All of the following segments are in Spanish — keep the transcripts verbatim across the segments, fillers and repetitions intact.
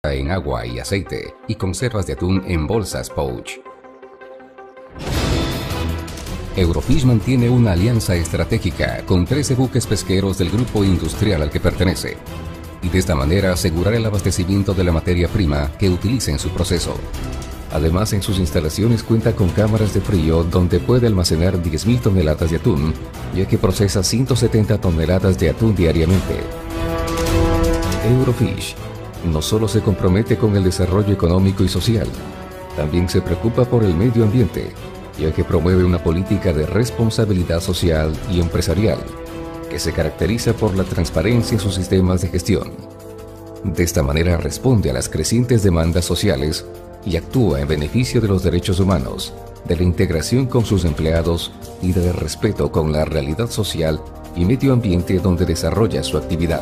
en agua y aceite y conservas de atún en bolsas pouch. Eurofish mantiene una alianza estratégica con trece buques pesqueros del grupo industrial al que pertenece, y de esta manera asegurar el abastecimiento de la materia prima que utiliza en su proceso. Además, en sus instalaciones cuenta con cámaras de frío donde puede almacenar diez mil toneladas de atún, ya que procesa ciento setenta toneladas de atún diariamente. Eurofish no solo se compromete con el desarrollo económico y social, también se preocupa por el medio ambiente, ya que promueve una política de responsabilidad social y empresarial, que se caracteriza por la transparencia en sus sistemas de gestión. De esta manera responde a las crecientes demandas sociales y actúa en beneficio de los derechos humanos, de la integración con sus empleados y del respeto con la realidad social y medio ambiente donde desarrolla su actividad.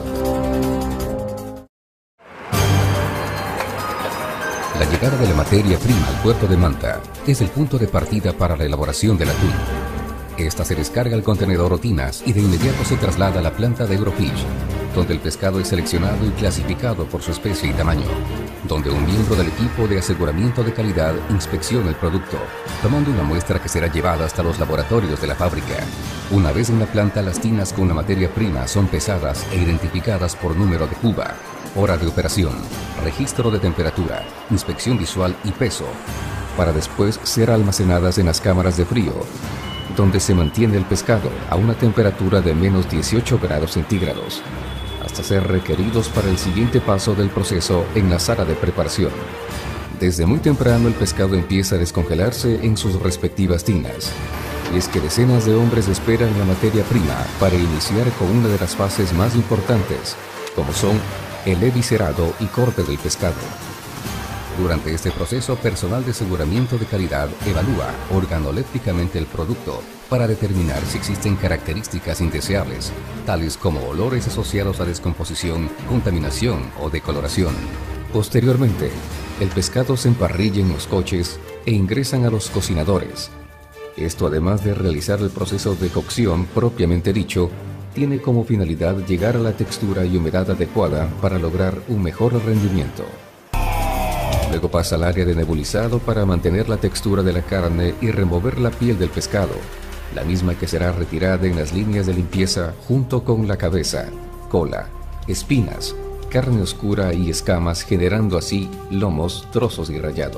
La llegada de la materia prima al puerto de Manta es el punto de partida para la elaboración del atún. Esta se descarga al contenedor o tinas y de inmediato se traslada a la planta de Eurofish, donde el pescado es seleccionado y clasificado por su especie y tamaño, donde un miembro del equipo de aseguramiento de calidad inspecciona el producto, tomando una muestra que será llevada hasta los laboratorios de la fábrica. Una vez en la planta, las tinas con la materia prima son pesadas e identificadas por número de cuba, hora de operación, registro de temperatura, inspección visual y peso, para después ser almacenadas en las cámaras de frío, donde se mantiene el pescado a una temperatura de menos dieciocho grados centígrados, hasta ser requeridos para el siguiente paso del proceso en la sala de preparación. Desde muy temprano el pescado empieza a descongelarse en sus respectivas tinas, y es que decenas de hombres esperan la materia prima para iniciar con una de las fases más importantes, como son el eviscerado y corte del pescado. Durante este proceso, personal de aseguramiento de calidad evalúa organolépticamente el producto para determinar si existen características indeseables, tales como olores asociados a descomposición, contaminación o decoloración. Posteriormente, el pescado se emparrilla en los coches e ingresan a los cocinadores. Esto, además de realizar el proceso de cocción propiamente dicho, tiene como finalidad llegar a la textura y humedad adecuada para lograr un mejor rendimiento. Luego pasa al área de nebulizado para mantener la textura de la carne y remover la piel del pescado, la misma que será retirada en las líneas de limpieza junto con la cabeza, cola, espinas, carne oscura y escamas, generando así lomos, trozos y rallado.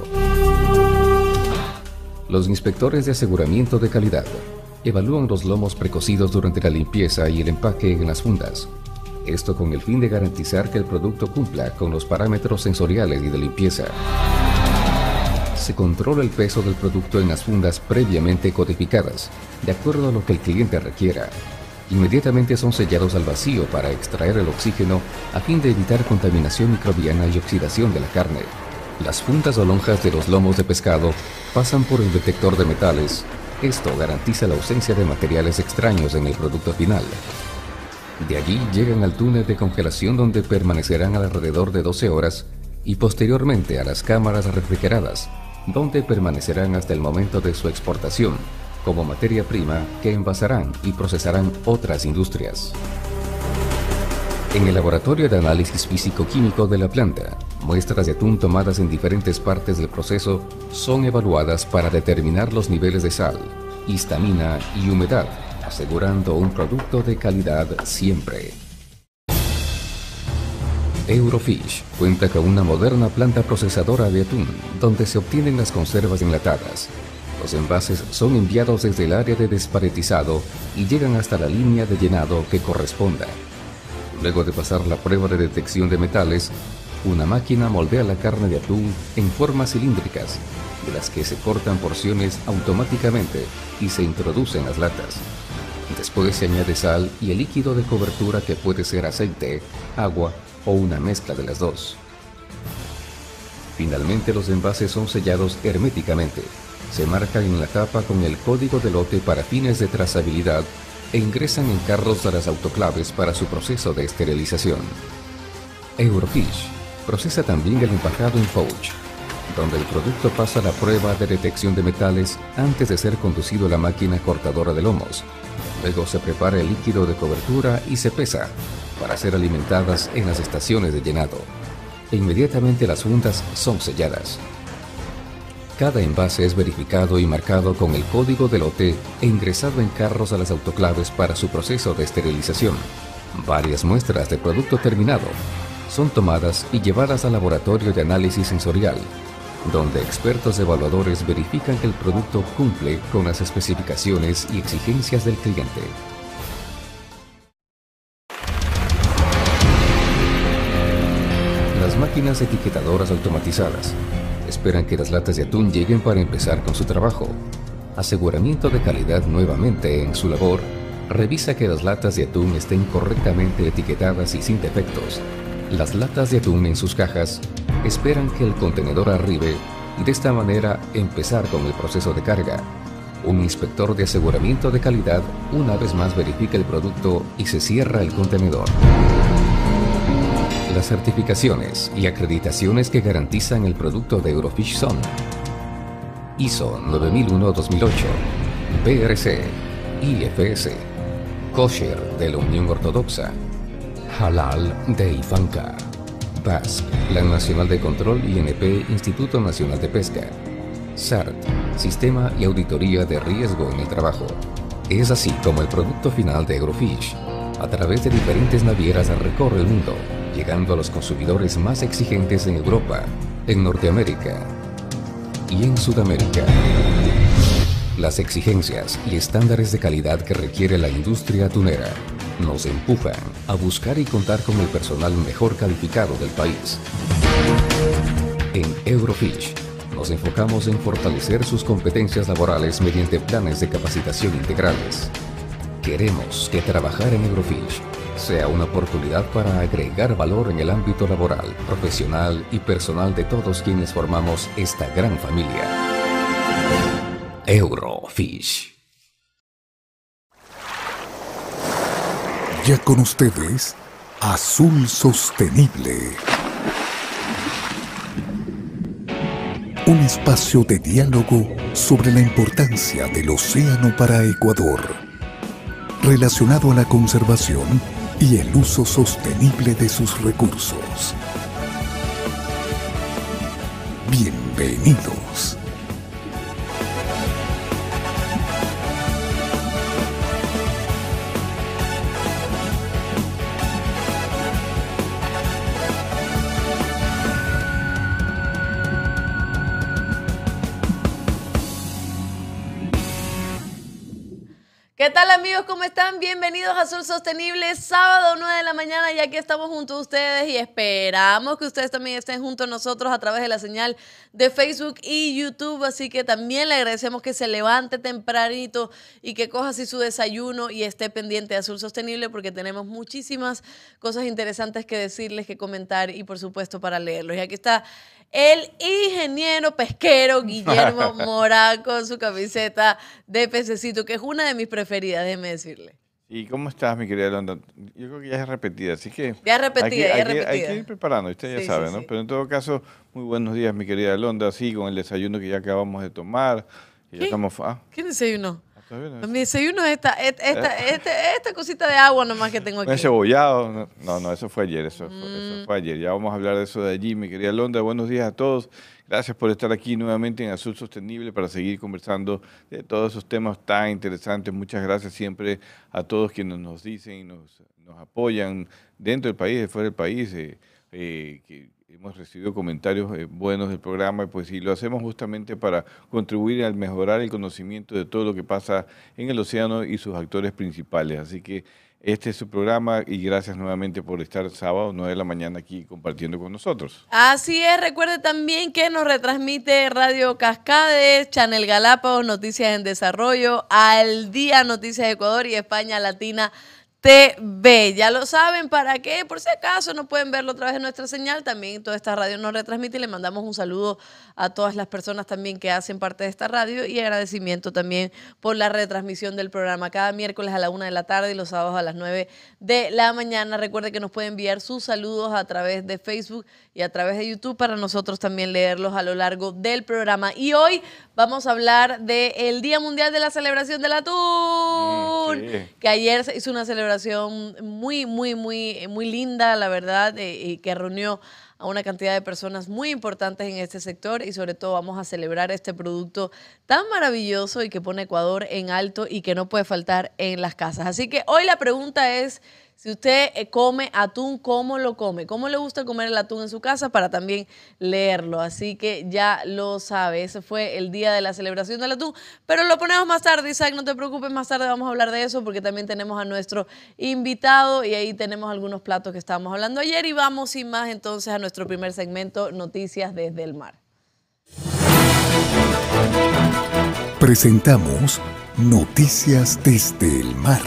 Los inspectores de aseguramiento de calidad evalúan los lomos precocidos durante la limpieza y el empaque en las fundas. Esto con el fin de garantizar que el producto cumpla con los parámetros sensoriales y de limpieza. Se controla el peso del producto en las fundas previamente codificadas, de acuerdo a lo que el cliente requiera. Inmediatamente son sellados al vacío para extraer el oxígeno a fin de evitar contaminación microbiana y oxidación de la carne. Las fundas o lonjas de los lomos de pescado pasan por el detector de metales. Esto garantiza la ausencia de materiales extraños en el producto final. De allí llegan al túnel de congelación, donde permanecerán alrededor de doce horas, y posteriormente a las cámaras refrigeradas, donde permanecerán hasta el momento de su exportación, como materia prima que envasarán y procesarán otras industrias. En el laboratorio de análisis físico-químico de la planta, muestras de atún tomadas en diferentes partes del proceso son evaluadas para determinar los niveles de sal, histamina y humedad, asegurando un producto de calidad siempre. Eurofish cuenta con una moderna planta procesadora de atún, donde se obtienen las conservas enlatadas. Los envases son enviados desde el área de despaletizado y llegan hasta la línea de llenado que corresponda. Luego de pasar la prueba de detección de metales, una máquina moldea la carne de atún en formas cilíndricas, de las que se cortan porciones automáticamente y se introducen las latas. Después se añade sal y el líquido de cobertura, que puede ser aceite, agua o una mezcla de las dos. Finalmente, los envases son sellados herméticamente. Se marcan en la tapa con el código de lote para fines de trazabilidad e ingresan en carros a las autoclaves para su proceso de esterilización. Eurofish procesa también el empacado en pouch, donde el producto pasa la prueba de detección de metales antes de ser conducido a la máquina cortadora de lomos. Luego se prepara el líquido de cobertura y se pesa para ser alimentadas en las estaciones de llenado. e inmediatamente las fundas son selladas. Cada envase es verificado y marcado con el código de lote e ingresado en carros a las autoclaves para su proceso de esterilización. Varias muestras de producto terminado son tomadas y llevadas al laboratorio de análisis sensorial, donde expertos evaluadores verifican que el producto cumple con las especificaciones y exigencias del cliente. Las máquinas etiquetadoras automatizadas esperan que las latas de atún lleguen para empezar con su trabajo. Aseguramiento de calidad nuevamente en su labor. Revisa que las latas de atún estén correctamente etiquetadas y sin defectos. Las latas de atún en sus cajas esperan que el contenedor arribe y de esta manera empezar con el proceso de carga. Un inspector de aseguramiento de calidad una vez más verifica el producto y se cierra el contenedor. Las certificaciones y acreditaciones que garantizan el producto de Eurofish son I S O nueve mil uno dos mil ocho, B R C, I F S, Kosher de la Unión Ortodoxa, Halal de IFANCA, B A S C, Plan Nacional de Control I N P, Instituto Nacional de Pesca, S A R T, Sistema y Auditoría de Riesgo en el Trabajo. Es así como el producto final de Eurofish, a través de diferentes navieras, recorre el mundo, llegando a los consumidores más exigentes en Europa, en Norteamérica y en Sudamérica. Las exigencias y estándares de calidad que requiere la industria atunera nos empujan a buscar y contar con el personal mejor calificado del país. En Eurofish nos enfocamos en fortalecer sus competencias laborales mediante planes de capacitación integrales. Queremos que trabajar en Eurofish sea una oportunidad para agregar valor en el ámbito laboral, profesional y personal de todos quienes formamos esta gran familia. Eurofish. Ya con ustedes, Azul Sostenible. Un espacio de diálogo sobre la importancia del océano para Ecuador, relacionado a la conservación y el uso sostenible de sus recursos. Bienvenidos. ¿Qué tal, amigos? ¿Cómo están? Bienvenidos a Azul Sostenible, sábado nueve de la mañana y aquí estamos junto a ustedes y esperamos que ustedes también estén junto a nosotros a través de la señal de Facebook y YouTube, así que también le agradecemos que se levante tempranito y que coja así su desayuno y esté pendiente de Azul Sostenible porque tenemos muchísimas cosas interesantes que decirles, que comentar y por supuesto para leerlos. Y aquí está el ingeniero pesquero Guillermo Mora con su camiseta de pececito, que es una de mis preferidas, déjeme decirle. ¿Y cómo estás, mi querida Londa? Yo creo que ya es repetida, así que... Ya es repetida, hay que, ya es hay repetida. Que, hay que ir preparando, usted ya sí, sabe, sí, ¿no? sí. Pero en todo caso, muy buenos días, mi querida Londa, sí, con el desayuno que ya acabamos de tomar. Que ya estamos, ah, ¿Qué desayuno? ¿todavía no? Mi desayuno es esta, esta, esta, esta, esta cosita de agua nomás que tengo aquí. Un cebollado. No, no, no, eso fue ayer, eso, fue, Mm. eso fue ayer. Ya vamos a hablar de eso de allí, mi querida Londa. Buenos días a todos. Gracias por estar aquí nuevamente en Azul Sostenible para seguir conversando de todos esos temas tan interesantes. Muchas gracias siempre a todos quienes nos dicen y nos, nos apoyan dentro del país y fuera del país. Eh, eh, que hemos recibido comentarios eh, buenos del programa y pues y lo hacemos justamente para contribuir a mejorar el conocimiento de todo lo que pasa en el océano y sus actores principales. Así que este es su programa y gracias nuevamente por estar sábado nueve de la mañana aquí compartiendo con nosotros. Así es, recuerde también que nos retransmite Radio Cascades, Channel Galápagos, Noticias en Desarrollo, Al Día, Noticias de Ecuador y España Latina T V. Ya lo saben, ¿para qué? Por si acaso no pueden verlo a través de nuestra señal, también toda esta radio nos retransmite y le mandamos un saludo a todas las personas también que hacen parte de esta radio y agradecimiento también por la retransmisión del programa cada miércoles a la una de la tarde y los sábados a las nueve de la mañana. Recuerde que nos puede enviar sus saludos a través de Facebook y a través de YouTube para nosotros también leerlos a lo largo del programa. Y hoy vamos a hablar del Día Mundial de la Celebración del Atún, Mm, sí. que ayer se hizo una celebración muy, muy, muy, muy linda, la verdad, eh, y que reunió a una cantidad de personas muy importantes en este sector y sobre todo vamos a celebrar este producto tan maravilloso y que pone Ecuador en alto y que no puede faltar en las casas. Así que hoy la pregunta es, si usted come atún, ¿cómo lo come? ¿Cómo le gusta comer el atún en su casa? Para también leerlo. Así que ya lo sabe. Ese fue el día de la celebración del atún. Pero lo ponemos más tarde, Isaac. No te preocupes, más tarde vamos a hablar de eso porque también tenemos a nuestro invitado y ahí tenemos algunos platos que estábamos hablando ayer. Y vamos sin más entonces a nuestro primer segmento, Noticias desde el Mar. Presentamos Noticias desde el Mar.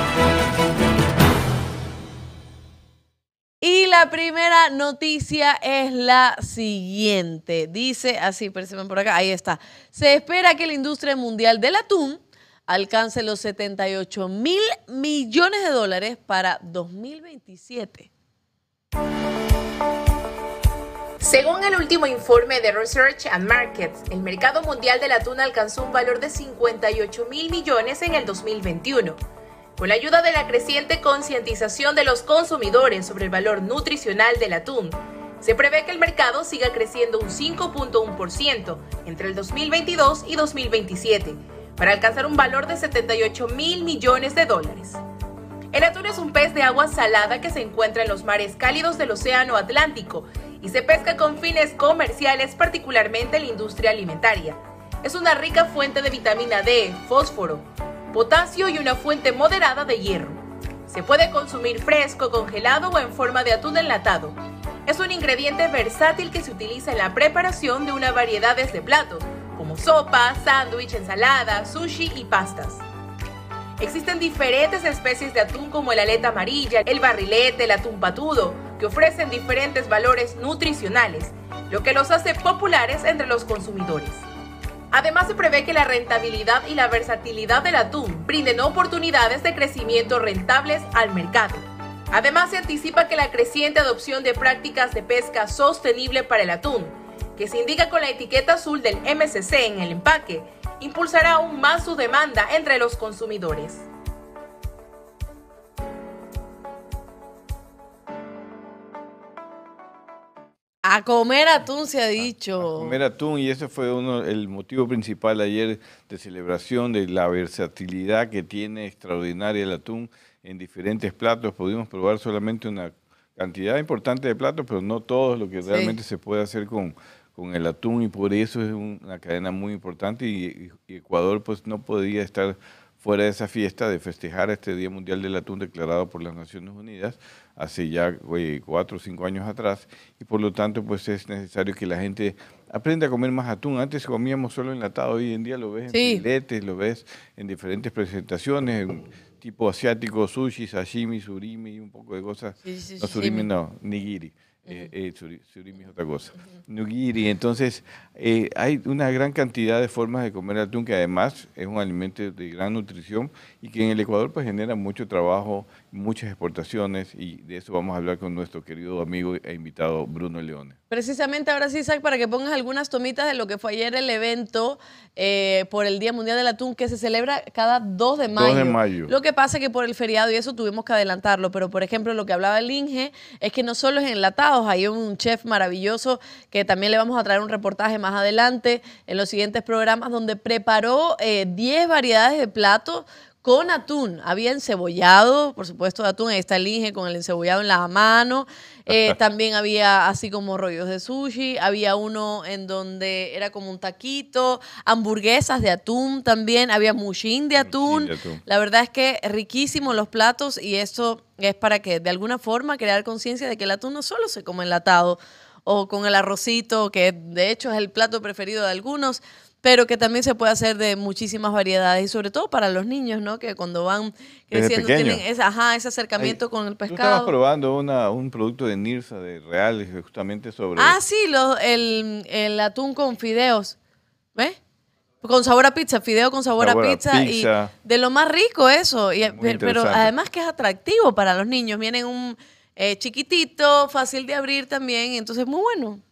Y la primera noticia es la siguiente. Dice así, perciben por acá, ahí está. Se espera que la industria mundial del atún alcance los setenta y ocho mil millones de dólares para dos mil veintisiete. Según el último informe de Research and Markets, el mercado mundial del atún alcanzó un valor de cincuenta y ocho mil millones en el dos mil veintiuno. Con la ayuda de la creciente concientización de los consumidores sobre el valor nutricional del atún, se prevé que el mercado siga creciendo un cinco punto uno por ciento entre el dos mil veintidós y dos mil veintisiete, para alcanzar un valor de setenta y ocho mil millones de dólares. El atún es un pez de agua salada que se encuentra en los mares cálidos del Océano Atlántico y se pesca con fines comerciales, particularmente en la industria alimentaria. Es una rica fuente de vitamina D, fósforo, potasio y una fuente moderada de hierro. Se puede consumir fresco, congelado o en forma de atún enlatado. Es un ingrediente versátil que se utiliza en la preparación de una variedad de platos, como sopa, sándwich, ensalada, sushi y pastas. Existen diferentes especies de atún como el aleta amarilla, el barrilete, el atún patudo, que ofrecen diferentes valores nutricionales, lo que los hace populares entre los consumidores. Además, se prevé que la rentabilidad y la versatilidad del atún brinden oportunidades de crecimiento rentables al mercado. Además, se anticipa que la creciente adopción de prácticas de pesca sostenible para el atún, que se indica con la etiqueta azul del M S C en el empaque, impulsará aún más su demanda entre los consumidores. A comer atún se ha dicho. A, a comer atún, y ese fue uno el motivo principal ayer de celebración de la versatilidad que tiene extraordinaria el atún en diferentes platos. Pudimos probar solamente una cantidad importante de platos, pero no todos lo que realmente sí se puede hacer con, con el atún, y por eso es una cadena muy importante y, y Ecuador pues no podía estar fuera de esa fiesta de festejar este Día Mundial del Atún declarado por las Naciones Unidas hace ya oye, cuatro o cinco años atrás, y por lo tanto pues es necesario que la gente aprenda a comer más atún. Antes comíamos solo enlatado, hoy en día lo ves en sí. filetes, lo ves en diferentes presentaciones, en tipo asiático, sushi, sashimi, surimi y un poco de cosas. Sí, sí, no, surimi no, nigiri. Eh, eh, surimi es otra cosa. Uh-huh. Nigiri. Entonces, eh, hay una gran cantidad de formas de comer atún que además es un alimento de gran nutrición y que en el Ecuador pues genera mucho trabajo, muchas exportaciones, y de eso vamos a hablar con nuestro querido amigo e invitado Bruno Leone. Precisamente ahora sí, Isaac, para que pongas algunas tomitas de lo que fue ayer el evento eh, por el Día Mundial del Atún, que se celebra cada dos de mayo. dos de mayo. Lo que pasa es que por el feriado y eso tuvimos que adelantarlo, pero por ejemplo lo que hablaba el Inge es que no solo es enlatados, hay un chef maravilloso que también le vamos a traer un reportaje más adelante en los siguientes programas, donde preparó eh, diez variedades de platos con atún. Había encebollado, por supuesto, de atún. Ahí está el Inge con el encebollado en la mano. Eh, también había así como rollos de sushi. Había uno en donde era como un taquito. Hamburguesas de atún también. Había mushin de atún. de atún. La verdad es que riquísimos los platos, y eso es para que de alguna forma crear conciencia de que el atún no solo se come enlatado o con el arrocito, que de hecho es el plato preferido de algunos, pero que también se puede hacer de muchísimas variedades, y sobre todo para los niños, ¿no? Que cuando van creciendo tienen ese, ajá, ese acercamiento Ay, con el pescado. Tú estabas probando una, un producto de Nirsa, de Real, justamente sobre... Ah, sí, lo, el, el atún con fideos, ¿ves? Con sabor a pizza, fideo con sabor, sabor a, pizza, a pizza, y de lo más rico eso, y, pero además que es atractivo para los niños. Vienen un eh, chiquitito, fácil de abrir también, entonces muy bueno.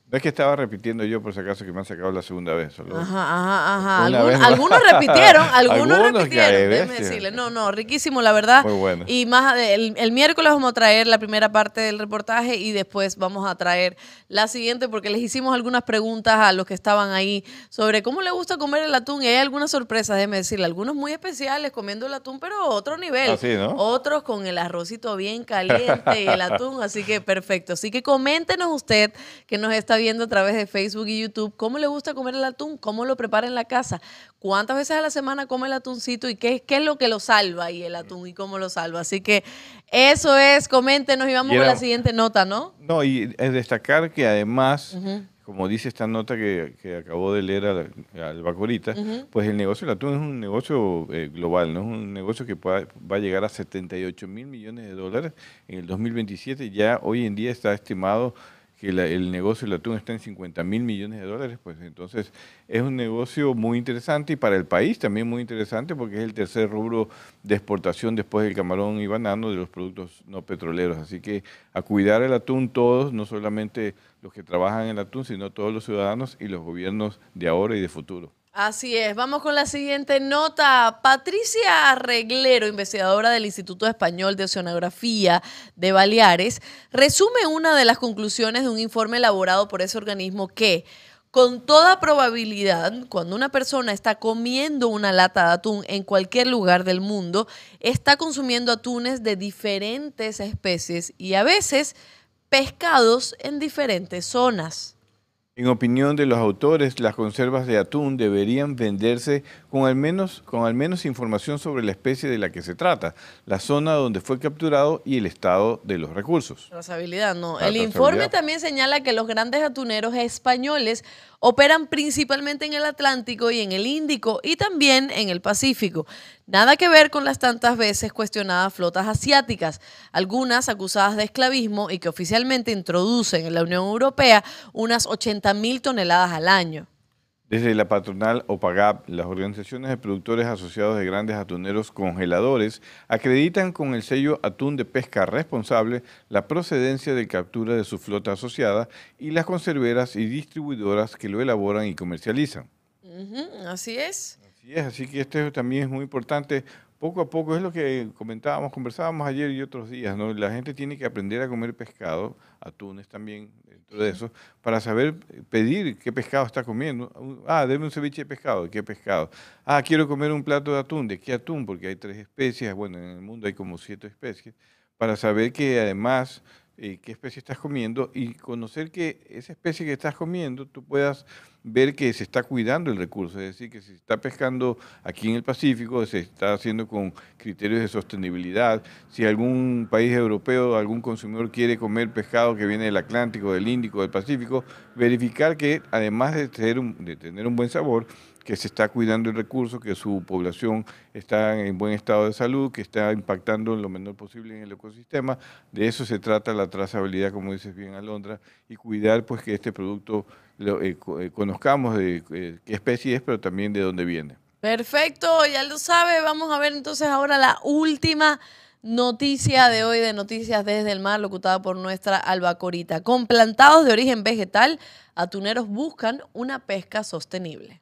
No es que estaba repitiendo yo por si acaso que me han sacado la segunda vez. Solo ajá, ajá, ajá. Una Algun, vez algunos repitieron, algunos, algunos repitieron, que déjeme bestia. decirle. No, no, riquísimo, la verdad. Muy bueno. Y más ade- el, el miércoles vamos a traer la primera parte del reportaje y después vamos a traer la siguiente porque les hicimos algunas preguntas a los que estaban ahí sobre cómo les gusta comer el atún y hay algunas sorpresas, déjeme decirle. Algunos muy especiales comiendo el atún, pero otro nivel. Así, ¿no? Otros con el arrocito bien caliente y el atún, así que perfecto. Así que coméntenos usted que nos está viendo a través de Facebook y YouTube, ¿cómo le gusta comer el atún? ¿Cómo lo prepara en la casa? ¿Cuántas veces a la semana come el atuncito? ¿Y qué, qué es lo que lo salva ahí el atún y cómo lo salva? Así que eso es, coméntenos y vamos Y era- con la siguiente nota, ¿no? No, y es destacar que además, Ujú. como dice esta nota que, que acabó de leer al, al Bacorita, Ujú. pues el negocio del atún es un negocio eh, global, ¿no? Es un negocio que pueda- va a llegar a setenta y ocho mil millones de dólares en el dos mil veintisiete. Ya hoy en día está estimado que la- el negocio del atún está en cincuenta mil millones de dólares, pues entonces es un negocio muy interesante y para el país también muy interesante porque es el tercer rubro de exportación después del camarón y banano de los productos no petroleros. Así que a cuidar el atún todos, no solamente los que trabajan en el atún, sino todos los ciudadanos y los gobiernos de ahora y de futuro. Así es, vamos con la siguiente nota. Patricia Reglero, investigadora del Instituto Español de Oceanografía de Baleares, resume una de las conclusiones de un informe elaborado por ese organismo que, con toda probabilidad, cuando una persona está comiendo una lata de atún en cualquier lugar del mundo, está consumiendo atunes de diferentes especies y a veces pescados en diferentes zonas. En opinión de los autores, las conservas de atún deberían venderse con al menos, con al menos información sobre la especie de la que se trata, la zona donde fue capturado y el estado de los recursos. Trazabilidad, no. La El informe trazabilidad. también señala que los grandes atuneros españoles operan principalmente en el Atlántico y en el Índico y también en el Pacífico. Nada que ver con las tantas veces cuestionadas flotas asiáticas, algunas acusadas de esclavismo y que oficialmente introducen en la Unión Europea unas ochenta mil toneladas al año. Desde la patronal OPAGAP, las organizaciones de productores asociados de grandes atuneros congeladores acreditan con el sello Atún de Pesca Responsable la procedencia de captura de su flota asociada y las conserveras y distribuidoras que lo elaboran y comercializan. Ujú, así es. Así es, así que esto también es muy importante. Poco a poco es lo que comentábamos, conversábamos ayer y otros días, ¿no? La gente tiene que aprender a comer pescado, atunes también dentro de eso, para saber pedir qué pescado está comiendo. Ah, deme un ceviche de pescado, ¿de qué pescado? Ah, quiero comer un plato de atún, ¿de qué atún? Porque hay tres especies, bueno, en el mundo hay como siete especies, para saber que además eh, qué especie estás comiendo y conocer que esa especie que estás comiendo tú puedas ver que se está cuidando el recurso, es decir, que se está pescando aquí en el Pacífico, se está haciendo con criterios de sostenibilidad. Si algún país europeo, algún consumidor quiere comer pescado que viene del Atlántico, del Índico, del Pacífico, verificar que además de tener un, de tener un buen sabor, que se está cuidando el recurso, que su población está en buen estado de salud, que está impactando en lo menor posible en el ecosistema. De eso se trata la trazabilidad, como dices bien, Alondra, y cuidar pues que este producto lo, eh, eh, conozcamos de eh, qué especie es, pero también de dónde viene. Perfecto, ya lo sabe. Vamos a ver entonces ahora la última noticia de hoy de Noticias desde el Mar, locutada por nuestra Albacorita. Con plantados de origen vegetal, atuneros buscan una pesca sostenible.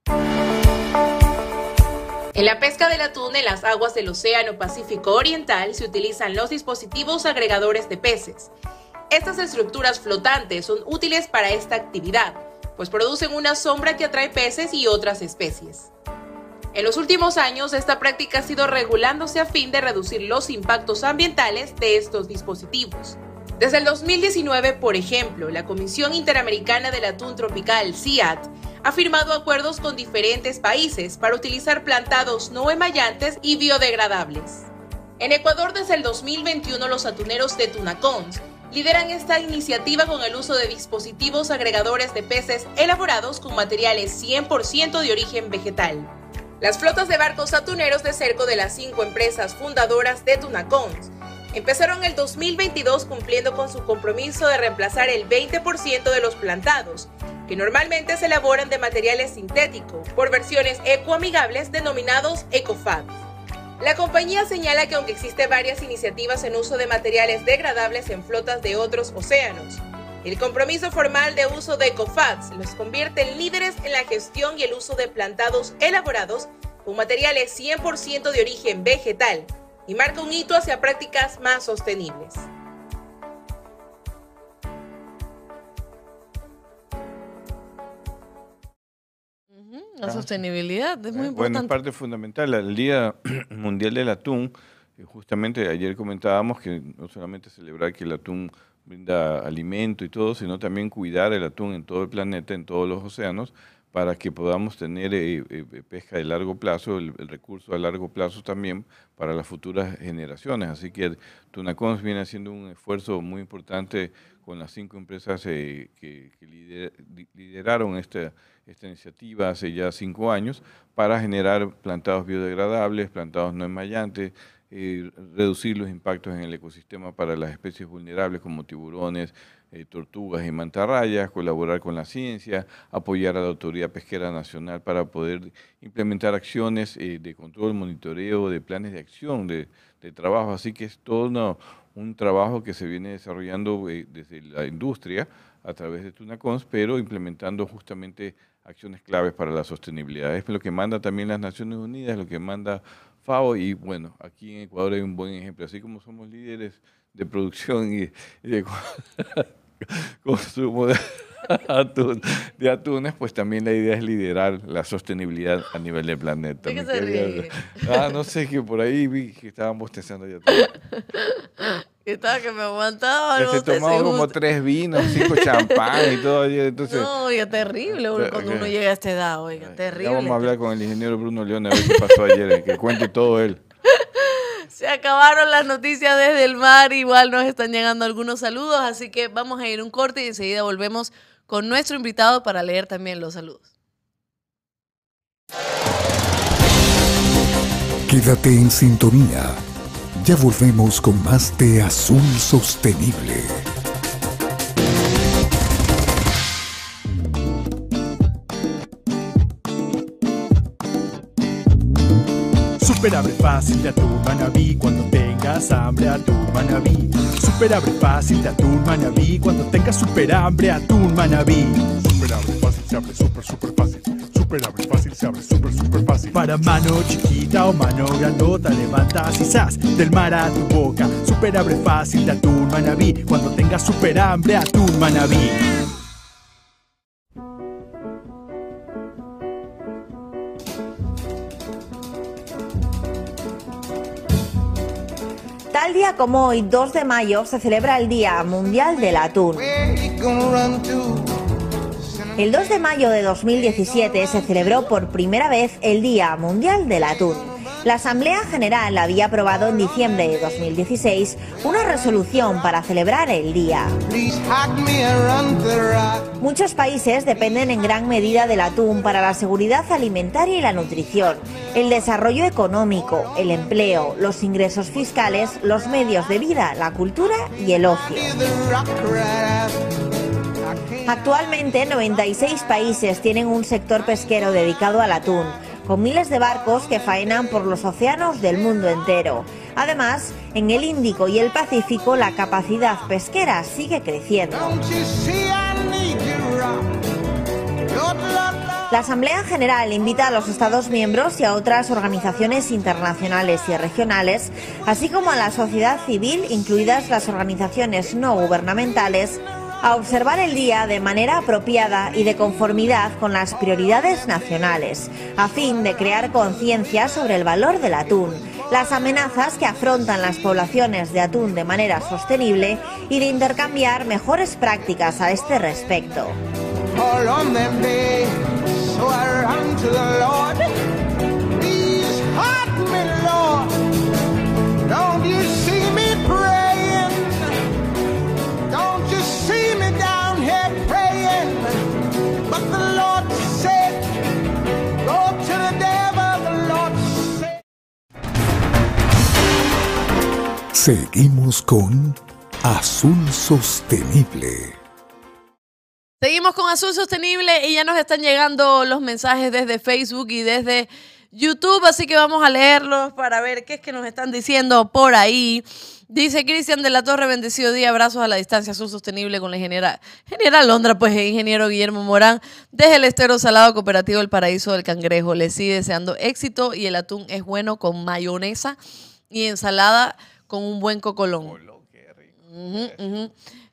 En la pesca del atún en las aguas del Océano Pacífico Oriental se utilizan los dispositivos agregadores de peces. Estas estructuras flotantes son útiles para esta actividad, pues producen una sombra que atrae peces y otras especies. En los últimos años, esta práctica ha sido regulándose a fin de reducir los impactos ambientales de estos dispositivos. Desde el dos mil diecinueve, por ejemplo, la Comisión Interamericana del Atún Tropical, C I A T, ha firmado acuerdos con diferentes países para utilizar plantados no emallantes y biodegradables. En Ecuador, desde el dos mil veintiuno, los atuneros de Tunacons lideran esta iniciativa con el uso de dispositivos agregadores de peces elaborados con materiales cien por ciento de origen vegetal. Las flotas de barcos atuneros de cerco de las cinco empresas fundadoras de Tunacons empezaron el dos mil veintidós cumpliendo con su compromiso de reemplazar el veinte por ciento de los plantados, que normalmente se elaboran de materiales sintéticos, por versiones ecoamigables denominados EcoFabs. La compañía señala que aunque existen varias iniciativas en uso de materiales degradables en flotas de otros océanos, El compromiso formal de uso de EcoFats los convierte en líderes en la gestión y el uso de plantados elaborados con materiales cien por ciento de origen vegetal y marca un hito hacia prácticas más sostenibles. La sostenibilidad es muy Eh, importante. Bueno, es parte fundamental. El Día Mundial del Atún, eh, justamente ayer comentábamos que no solamente celebrar que el atún brinda alimento y todo, sino también cuidar el atún en todo el planeta, en todos los océanos, para que podamos tener eh, eh, pesca de largo plazo, el, el recurso a largo plazo también para las futuras generaciones. Así que Tunacons viene haciendo un esfuerzo muy importante con las cinco empresas eh, que, que lider, lideraron esta, esta iniciativa hace ya cinco años para generar plantados biodegradables, plantados no enmayantes, eh, reducir los impactos en el ecosistema para las especies vulnerables como tiburones, eh, tortugas y mantarrayas, colaborar con la ciencia, apoyar a la Autoridad Pesquera Nacional para poder implementar acciones eh, de control, monitoreo, de planes de acción, de, de trabajo. Así que es todo una, un trabajo que se viene desarrollando eh, desde la industria a través de Tunacons, pero implementando justamente acciones claves para la sostenibilidad. Es lo que manda también las Naciones Unidas, lo que manda FAO, y bueno, aquí en Ecuador hay un buen ejemplo. Así como somos líderes de producción y, y de consumo de, atún, de atunes, pues también la idea es liderar la sostenibilidad a nivel del planeta. ¿De qué se ríe? Ah, no sé, que por ahí vi que estaban bostezando ya todo. Estaba que me aguantaba. Que se tomaba como justo. tres vinos, cinco champán y todo. Entonces, No, oiga, terrible uno cuando okay. uno llega a esta edad, oiga, terrible. Ya vamos a hablar con el ingeniero Bruno León a ver qué pasó ayer, que cuente todo él. Se acabaron las noticias desde el mar, igual nos están llegando algunos saludos, así que vamos a ir un corte y enseguida volvemos con nuestro invitado para leer también los saludos. Quédate en sintonía. Ya volvemos con más de Azul Sostenible. Super abre fácil de atún Manabí cuando tengas hambre atún Manabí. Super abre fácil de atún Manabí cuando tengas super hambre atún Manabí. Super abre fácil se abre super super fácil. Super abre fácil se abre super super fácil. Para mano chiquita o mano grandota levantas y zas del mar a tu boca. Super abre fácil de atún Manabí cuando tengas super hambre atún Manabí. Tal día como hoy, dos de mayo, se celebra el Día Mundial del Atún. El dos de mayo de dos mil diecisiete se celebró por primera vez el Día Mundial del Atún. La Asamblea General había aprobado en diciembre de dos mil dieciséis una resolución para celebrar el día. Muchos países dependen en gran medida del atún para la seguridad alimentaria y la nutrición, el desarrollo económico, el empleo, los ingresos fiscales, los medios de vida, la cultura y el ocio. Actualmente, noventa y seis países tienen un sector pesquero dedicado al atún, con miles de barcos que faenan por los océanos del mundo entero. Además, en el Índico y el Pacífico la capacidad pesquera sigue creciendo. La Asamblea General invita a los Estados miembros y a otras organizaciones internacionales y regionales, así como a la sociedad civil, incluidas las organizaciones no gubernamentales, a observar el día de manera apropiada y de conformidad con las prioridades nacionales, a fin de crear conciencia sobre el valor del atún, las amenazas que afrontan las poblaciones de atún de manera sostenible y de intercambiar mejores prácticas a este respecto. Seguimos con Azul Sostenible. Seguimos con Azul Sostenible y ya nos están llegando los mensajes desde Facebook y desde YouTube, así que vamos a leerlos para ver qué es que nos están diciendo por ahí. Dice Cristian de la Torre, bendecido día, abrazos a la distancia, azul sostenible con la ingeniera, ingeniera Londra, pues ingeniero Guillermo Morán, desde el estero salado cooperativo El Paraíso del Cangrejo. Le sigue deseando éxito y el atún es bueno con mayonesa y ensalada con un buen cocolón. Uh-huh, uh-huh.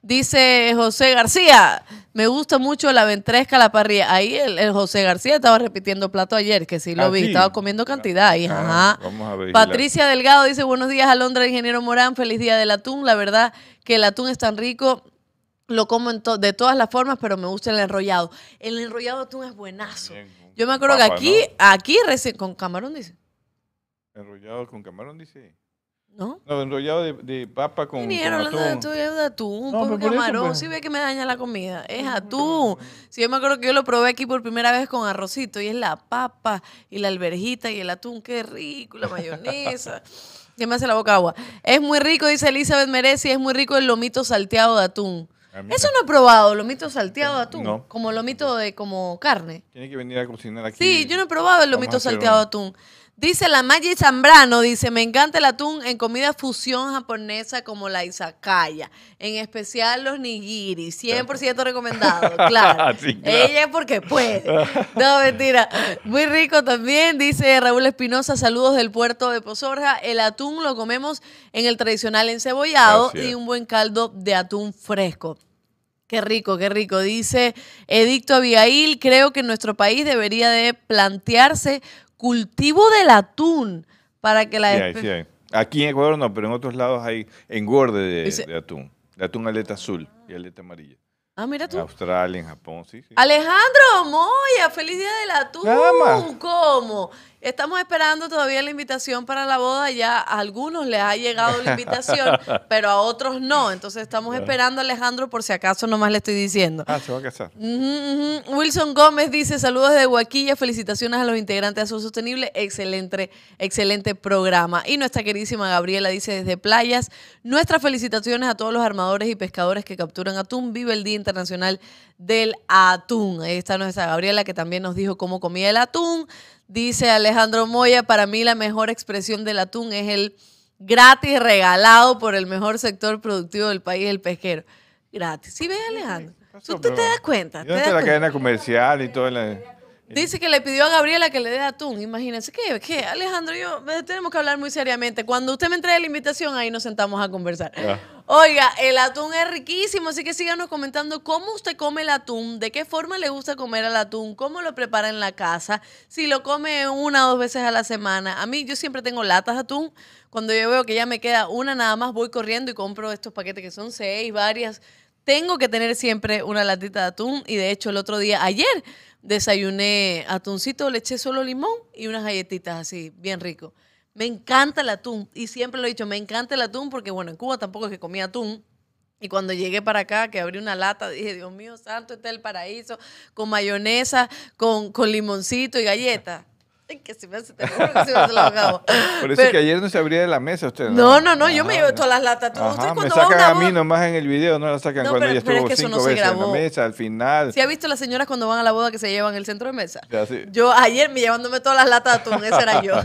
Dice José García, me gusta mucho la ventresca a la parrilla. Ahí el, el José García estaba repitiendo plato ayer, que sí lo ah, vi, sí. estaba comiendo cantidad ahí. Ah, Ajá. vamos a ver. Patricia Delgado dice, buenos días Alondra, ingeniero Morán, feliz día del atún. La verdad que el atún es tan rico, lo como en to de todas las formas, pero me gusta el enrollado. El enrollado de atún es buenazo. Bien, yo me acuerdo papa, que aquí, ¿no? aquí recién, con camarón dice. Enrollado con camarón dice. ¿No? No, enrollado de, de papa con, Ingeniero, con atún. Hablando de, de atún, no, pues, camarón, eso, pues. Si ve que me daña la comida, es atún. Si yo me acuerdo que yo lo probé aquí por primera vez con arrocito y es la papa y la alverjita y el atún, qué rico, la mayonesa. Ya me hace la boca agua. Es muy rico, dice Elizabeth Merezi, es muy rico el lomito salteado de atún. Eso no he probado, lomito salteado de atún, no. Como lomito de como carne. Tiene que venir a cocinar aquí. Sí, yo no he probado el lomito salteado de atún. Dice la Maggi Zambrano, dice, me encanta el atún en comida fusión japonesa como la izakaya, en especial los nigiri, cien por ciento recomendado, claro. Sí, claro. Ella es porque puede. No, mentira. Muy rico también, dice Raúl Espinosa, saludos del puerto de Pozorja. El atún lo comemos en el tradicional encebollado y un buen caldo de atún fresco. Qué rico, qué rico. Dice Edicto Abigail, creo que en nuestro país debería de plantearse cultivo del atún para que la... Sí hay, sí hay. Aquí en Ecuador no, pero en otros lados hay engorde de, Dice... de atún. De atún aleta azul y aleta amarilla. Ah, mira tú. En Australia, en Japón, sí, sí. Alejandro Moya, feliz día del atún. Nada más. ¿Cómo? Estamos esperando todavía la invitación para la boda. Ya a algunos les ha llegado la invitación, pero a otros no. Entonces estamos esperando a Alejandro por si acaso nomás le estoy diciendo. Ah, se va a casar. Uh-huh, uh-huh. Wilson Gómez dice, saludos desde Huaquilla, felicitaciones a los integrantes de Azul Sostenible, excelente, excelente programa. Y nuestra queridísima Gabriela dice desde Playas, nuestras felicitaciones a todos los armadores y pescadores que capturan atún. Vive el Día Internacional del Atún. Ahí está nuestra Gabriela que también nos dijo cómo comía el atún. Dice Alejandro Moya, para mí la mejor expresión del atún es el gratis regalado por el mejor sector productivo del país, el pesquero. Gratis. ¿Sí ves, Alejandro? ¿Tú te, te das cuenta? Yo te la cadena comercial y todo. La... Dice que le pidió a Gabriela que le dé atún. Imagínense. ¿Qué? ¿Qué? Alejandro, yo tenemos que hablar muy seriamente. Cuando usted me entregue la invitación, ahí nos sentamos a conversar. Ah. Oiga, el atún es riquísimo, así que síganos comentando cómo usted come el atún, de qué forma le gusta comer el atún, cómo lo prepara en la casa, si lo come una o dos veces a la semana. A mí, yo siempre tengo latas de atún. Cuando yo veo que ya me queda una nada más, voy corriendo y compro estos paquetes que son seis, varias. Tengo que tener siempre una latita de atún y de hecho el otro día, ayer, desayuné atuncito, le eché solo limón y unas galletitas así, bien rico. Me encanta el atún y siempre lo he dicho, me encanta el atún porque, bueno, en Cuba tampoco es que comía atún. Y cuando llegué para acá, que abrí una lata, dije, Dios mío santo, este es el paraíso, con mayonesa, con, con limoncito y galleta. Ay, que se me hace, te juro que se me hace la boca. Por eso Pero, es que ayer no se abría de la mesa usted, ¿no? No, no, no, yo me llevo todas las latas. Ajá, usted cuando me sacan va a, una a mí nomás en el video, no la sacan no, cuando pero, ya estuvo es que cinco no veces grabó. en la mesa, al final. ¿Sí ha visto las señoras cuando van a la boda que se llevan el centro de mesa? Ya, sí. Yo ayer me llevándome todas las latas de atún, ese era yo.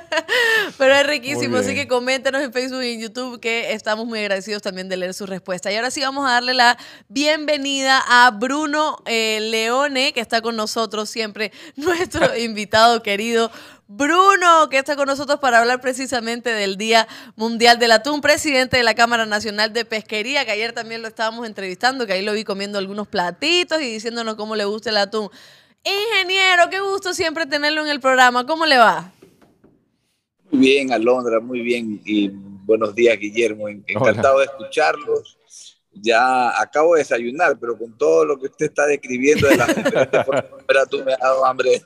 Pero es riquísimo, así que coméntenos en Facebook y en YouTube que estamos muy agradecidos también de leer su respuesta. Y ahora sí vamos a darle la bienvenida a Bruno eh, Leone, que está con nosotros siempre, nuestro invitado querido. Bruno, que está con nosotros para hablar precisamente del Día Mundial del Atún, presidente de la Cámara Nacional de Pesquería, que ayer también lo estábamos entrevistando, que ahí lo vi comiendo algunos platitos y diciéndonos cómo le gusta el atún. Ingeniero, qué gusto siempre tenerlo en el programa. ¿Cómo le va? Muy bien, Alondra, muy bien. Y buenos días, Guillermo. Encantado Hola. de escucharlos. Ya acabo de desayunar, pero con todo lo que usted está describiendo de las diferentes formas de comer atún me ha dado hambre.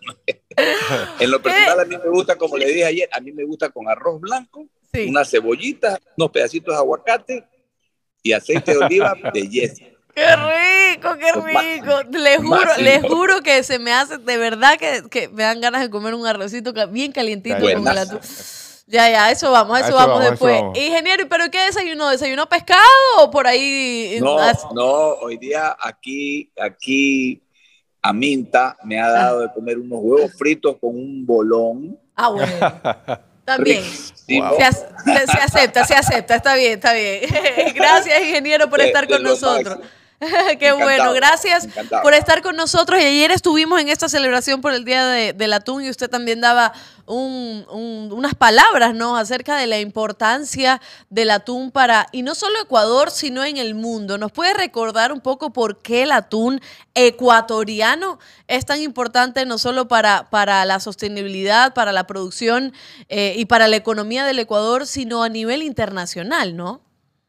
En lo personal, a mí me gusta, como le dije ayer, a mí me gusta con arroz blanco, sí. Una cebollita, unos pedacitos de aguacate y aceite de oliva de yes. ¡Qué rico, qué rico! Le juro, le juro que se me hace, de verdad que, que me dan ganas de comer un arrocito bien calientito con el atún. Ya, ya, eso vamos, a eso, eso vamos, vamos después. Eso vamos. Ingeniero, ¿pero qué desayunó? ¿Desayunó pescado o por ahí? No, no, hoy día aquí, aquí Aminta me ha dado de comer unos huevos fritos con un bolón. Ah, bueno. También. Wow. Se, se acepta, se acepta, está bien, está bien. Gracias, ingeniero, por de, estar con nosotros. Qué encantado, bueno, gracias encantado. por estar con nosotros. Y ayer estuvimos en esta celebración por el Día de, del Atún y usted también daba un, un, unas palabras, ¿no?, acerca de la importancia del atún para, y no solo Ecuador, sino en el mundo. ¿Nos puede recordar un poco por qué el atún ecuatoriano es tan importante no solo para, para la sostenibilidad, para la producción eh, y para la economía del Ecuador, sino a nivel internacional, ¿no?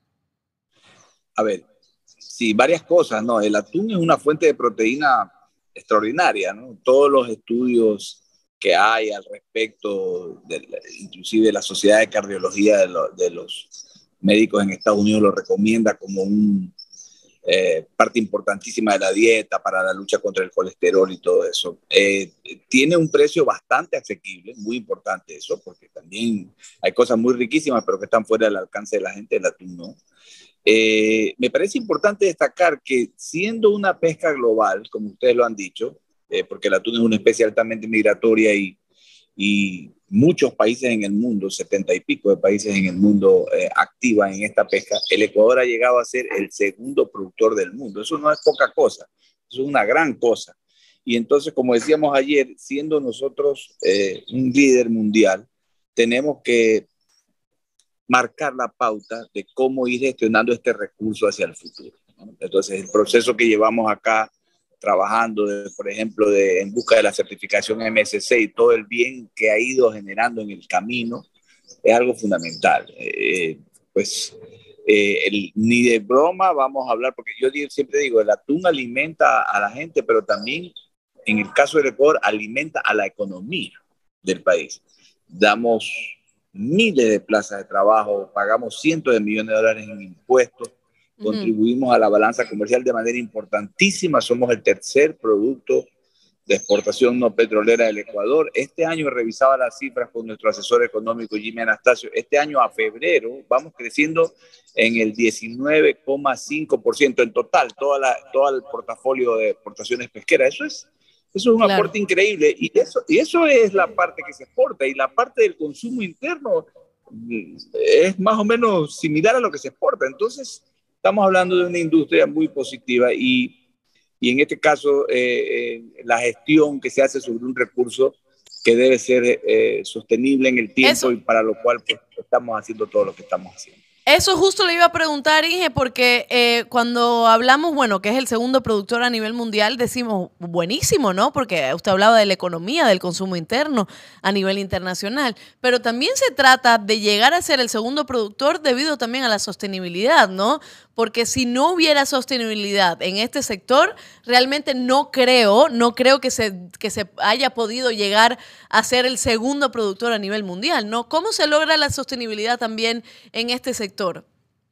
A ver, sí, varias cosas, ¿no? El atún es una fuente de proteína extraordinaria, ¿no? Todos los estudios que hay al respecto, de, inclusive la Sociedad de Cardiología de, lo, de los médicos en Estados Unidos lo recomienda como una eh, parte importantísima de la dieta para la lucha contra el colesterol y todo eso. Eh, tiene un precio bastante asequible, muy importante eso, porque también hay cosas muy riquísimas, pero que están fuera del alcance de la gente, el atún no. Eh, me parece importante destacar que siendo una pesca global, como ustedes lo han dicho, eh, porque el atún es una especie altamente migratoria y, y muchos países en el mundo, setenta y pico de países en el mundo eh, activan en esta pesca, el Ecuador ha llegado a ser el segundo productor del mundo. Eso no es poca cosa, eso es una gran cosa. Y entonces, como decíamos ayer, siendo nosotros eh, un líder mundial, tenemos que marcar la pauta de cómo ir gestionando este recurso hacia el futuro, ¿no? Entonces, el proceso que llevamos acá trabajando, de, por ejemplo, de, en busca de la certificación M S C y todo el bien que ha ido generando en el camino, es algo fundamental. Eh, pues, eh, el, ni de broma vamos a hablar, porque yo siempre digo, el atún alimenta a la gente, pero también, en el caso del Ecuador, alimenta a la economía del país. Damos miles de plazas de trabajo, pagamos cientos de millones de dólares en impuestos, uh-huh. Contribuimos a la balanza comercial de manera importantísima, somos el tercer producto de exportación no petrolera del Ecuador. Este año revisaba las cifras con nuestro asesor económico Jimmy Anastasio, este año a febrero vamos creciendo en el diecinueve coma cinco por ciento en total, toda la, todo el portafolio de exportaciones pesqueras. Eso es Eso es un claro. aporte increíble y eso, y eso es la parte que se exporta, y la parte del consumo interno es más o menos similar a lo que se exporta. Entonces estamos hablando de una industria muy positiva y, y en este caso eh, eh, la gestión que se hace sobre un recurso que debe ser eh, sostenible en el tiempo eso. Y para lo cual pues, estamos haciendo todo lo que estamos haciendo. Eso justo le iba a preguntar, Inge, porque eh, cuando hablamos, bueno, que es el segundo productor a nivel mundial, decimos buenísimo, ¿no? Porque usted hablaba de la economía, del consumo interno a nivel internacional, pero también se trata de llegar a ser el segundo productor debido también a la sostenibilidad, ¿no? Porque si no hubiera sostenibilidad en este sector, realmente no creo, no creo que se, que se haya podido llegar a ser el segundo productor a nivel mundial, ¿no? ¿Cómo se logra la sostenibilidad también en este sector?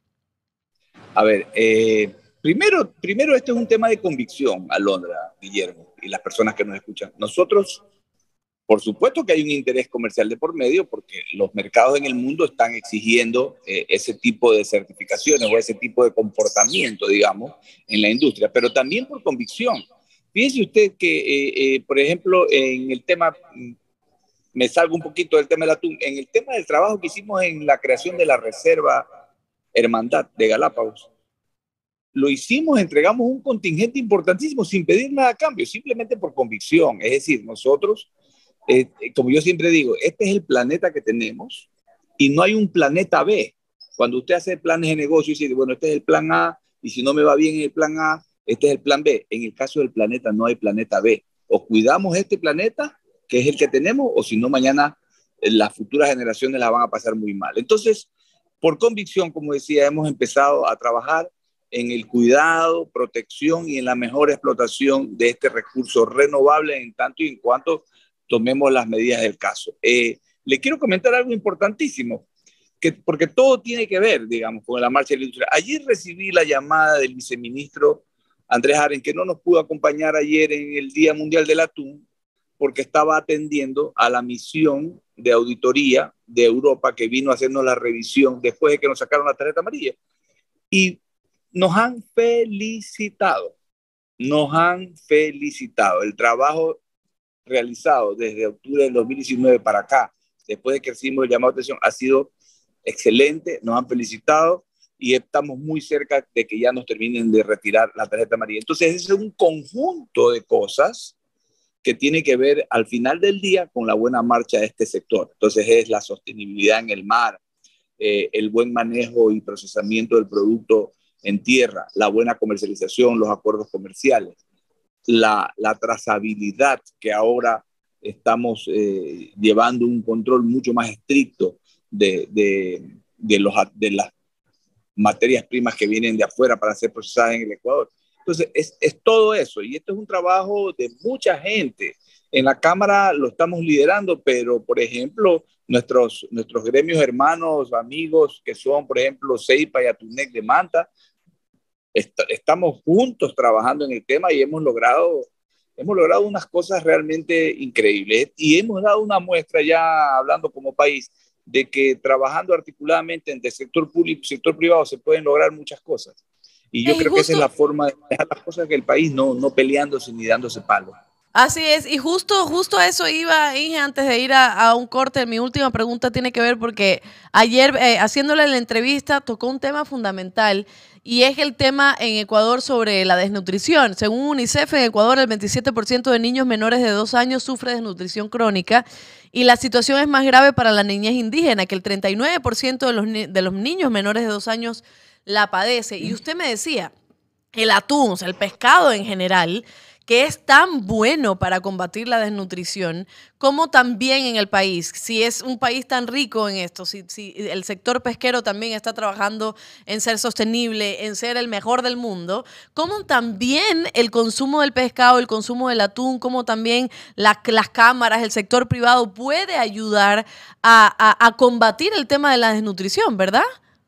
A ver, eh, primero, primero este es un tema de convicción, Alondra, Guillermo, y las personas que nos escuchan. Nosotros, por supuesto que hay un interés comercial de por medio porque los mercados en el mundo están exigiendo eh, ese tipo de certificaciones o ese tipo de comportamiento, digamos, en la industria, pero también por convicción. Fíjese usted que, eh, eh, por ejemplo, en el tema, me salgo un poquito del tema del atún, en el tema del trabajo que hicimos en la creación de la Reserva Hermandad de Galápagos, lo hicimos, entregamos un contingente importantísimo sin pedir nada a cambio, simplemente por convicción. Es decir, nosotros... Eh, como yo siempre digo, este es el planeta que tenemos y no hay un planeta B. Cuando usted hace planes de negocio y dice, bueno, este es el plan A y si no me va bien en el plan A, este es el plan B. En el caso del planeta no hay planeta B. O cuidamos este planeta, que es el que tenemos, o si no, mañana eh, las futuras generaciones la van a pasar muy mal. Entonces, por convicción, como decía, hemos empezado a trabajar en el cuidado, protección y en la mejor explotación de este recurso renovable en tanto y en cuanto tomemos las medidas del caso. Eh, le quiero comentar algo importantísimo, que, porque todo tiene que ver, digamos, con la marcha de la industria. Ayer recibí la llamada del viceministro Andrés Aren, que no nos pudo acompañar ayer en el Día Mundial del Atún, porque estaba atendiendo a la misión de auditoría de Europa que vino a hacernos la revisión después de que nos sacaron la tarjeta amarilla. Y nos han felicitado, nos han felicitado. El trabajo realizado desde octubre del dos mil diecinueve para acá después de que recibimos el llamado de atención, ha sido excelente, nos han felicitado y estamos muy cerca de que ya nos terminen de retirar la tarjeta amarilla. Entonces, ese es un conjunto de cosas que tiene que ver al final del día con la buena marcha de este sector. Entonces, es la sostenibilidad en el mar, eh, el buen manejo y procesamiento del producto en tierra, la buena comercialización, los acuerdos comerciales, la, la trazabilidad, que ahora estamos eh, llevando un control mucho más estricto de, de, de, los, de las materias primas que vienen de afuera para ser procesadas en el Ecuador. Entonces, es, es todo eso, y esto es un trabajo de mucha gente. En la Cámara lo estamos liderando, pero, por ejemplo, nuestros, nuestros gremios hermanos, amigos, que son, por ejemplo, CEIPA y ATUNEC de Manta, est estamos juntos trabajando en el tema y hemos logrado, hemos logrado unas cosas realmente increíbles. Y hemos dado una muestra ya, hablando como país, de que trabajando articuladamente entre sector público y sector privado se pueden lograr muchas cosas. Y yo y creo justo, que esa es la forma de dejar las cosas que el país, no, no peleándose ni dándose palo. Así es, y justo, justo a eso iba, Inge, antes de ir a, a un corte. Mi última pregunta tiene que ver porque ayer, eh, haciéndole la entrevista, tocó un tema fundamental, y es el tema en Ecuador sobre la desnutrición. Según UNICEF, en Ecuador el veintisiete por ciento de niños menores de dos años sufre desnutrición crónica, y la situación es más grave para la niñez indígena, que el treinta y nueve por ciento de los, de los niños menores de dos años la padece. Y usted me decía, el atún, o sea, el pescado en general, que es tan bueno para combatir la desnutrición, como también en el país, si es un país tan rico en esto, si, si el sector pesquero también está trabajando en ser sostenible, en ser el mejor del mundo, como también el consumo del pescado, el consumo del atún, como también la, las cámaras, el sector privado puede ayudar a, a, a combatir el tema de la desnutrición, ¿verdad?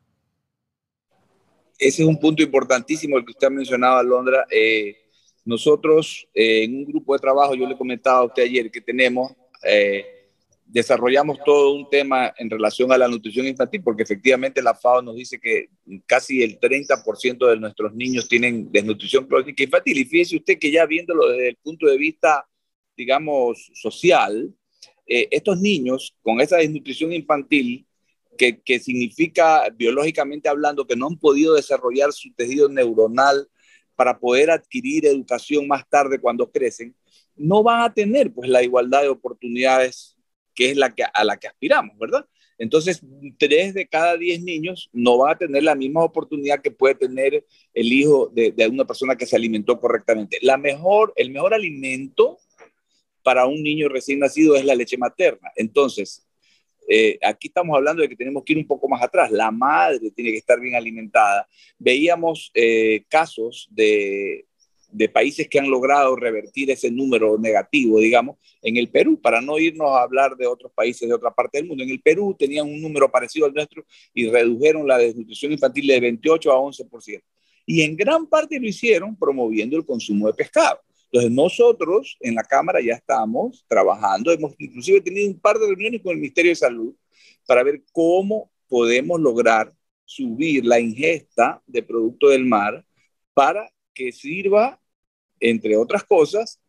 Ese es un punto importantísimo el que usted ha mencionado, Alondra. Eh, nosotros, eh, en un grupo de trabajo, yo le comentaba a usted ayer que tenemos, eh, desarrollamos todo un tema en relación a la nutrición infantil, porque efectivamente la FAO nos dice que casi el treinta por ciento de nuestros niños tienen desnutrición crónica infantil. Y fíjese usted que ya viéndolo desde el punto de vista, digamos, social, eh, estos niños con esa desnutrición infantil, Que, que significa, biológicamente hablando, que no han podido desarrollar su tejido neuronal para poder adquirir educación más tarde cuando crecen, no van a tener pues la igualdad de oportunidades que es la que, a la que aspiramos, ¿verdad? Entonces, tres de cada diez niños no van a tener la misma oportunidad que puede tener el hijo de, de una persona que se alimentó correctamente. La mejor, el mejor alimento para un niño recién nacido es la leche materna. Entonces, Eh, aquí estamos hablando de que tenemos que ir un poco más atrás. La madre tiene que estar bien alimentada. Veíamos eh, casos de, de países que han logrado revertir ese número negativo, digamos, en el Perú, para no irnos a hablar de otros países de otra parte del mundo. En el Perú tenían un número parecido al nuestro y redujeron la desnutrición infantil de veintiocho a once por ciento. Y en gran parte lo hicieron promoviendo el consumo de pescado. Entonces nosotros en la Cámara ya estamos trabajando, hemos inclusive tenido un par de reuniones con el Ministerio de Salud para ver cómo podemos lograr subir la ingesta de productos del mar para que sirva, entre otras cosas,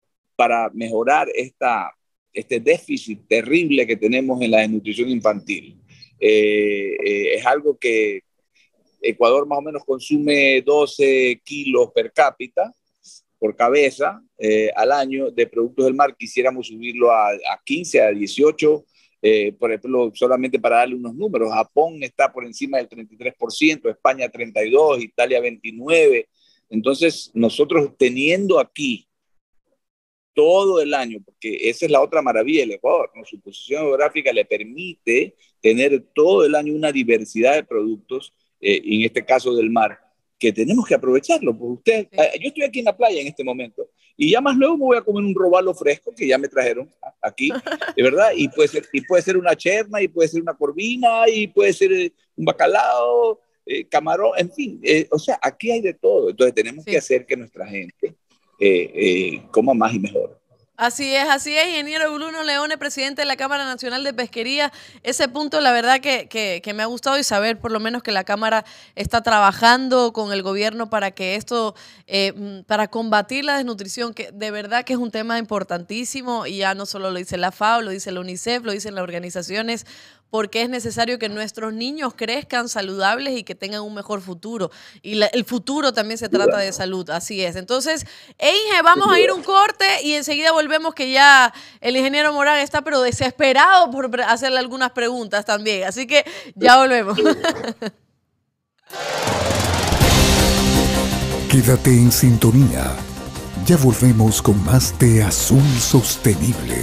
para mejorar esta, este déficit terrible que tenemos en la desnutrición infantil. Eh, eh, es algo que Ecuador más o menos consume doce kilos per cápita, por cabeza eh, al año de productos del mar. Quisiéramos subirlo a, a quince, a dieciocho, eh, por ejemplo, solamente para darle unos números. Japón está por encima del treinta y tres por ciento, España treinta y dos por ciento, Italia veintinueve por ciento. Entonces, nosotros teniendo aquí todo el año, porque esa es la otra maravilla del Ecuador, ¿no? Su posición geográfica le permite tener todo el año una diversidad de productos, eh, en este caso del mar, que tenemos que aprovecharlo. Pues usted, yo estoy aquí en la playa en este momento y ya más luego me voy a comer un robalo fresco que ya me trajeron aquí, de verdad, y puede ser, y puede ser una cherna, y puede ser una corvina, y puede ser un bacalao, eh, camarón, en fin, eh, o sea, aquí hay de todo. Entonces tenemos sí. que hacer que nuestra gente eh, eh, coma más y mejor. Así es, así es, ingeniero Bruno Leone, presidente de la Cámara Nacional de Pesquería. Ese punto, la verdad, que, que, que me ha gustado y saber por lo menos que la Cámara está trabajando con el gobierno para que esto, eh, para combatir la desnutrición, que de verdad que es un tema importantísimo y ya no solo lo dice la FAO, lo dice la UNICEF, lo dicen las organizaciones, porque es necesario que nuestros niños crezcan saludables y que tengan un mejor futuro. Y la, el futuro también se trata de salud, así es. Entonces, Inge, vamos a ir un corte y enseguida volvemos, que ya el ingeniero Morán está pero desesperado por hacerle algunas preguntas también. Así que ya volvemos. Quédate en sintonía. Ya volvemos con más de Azul Sostenible.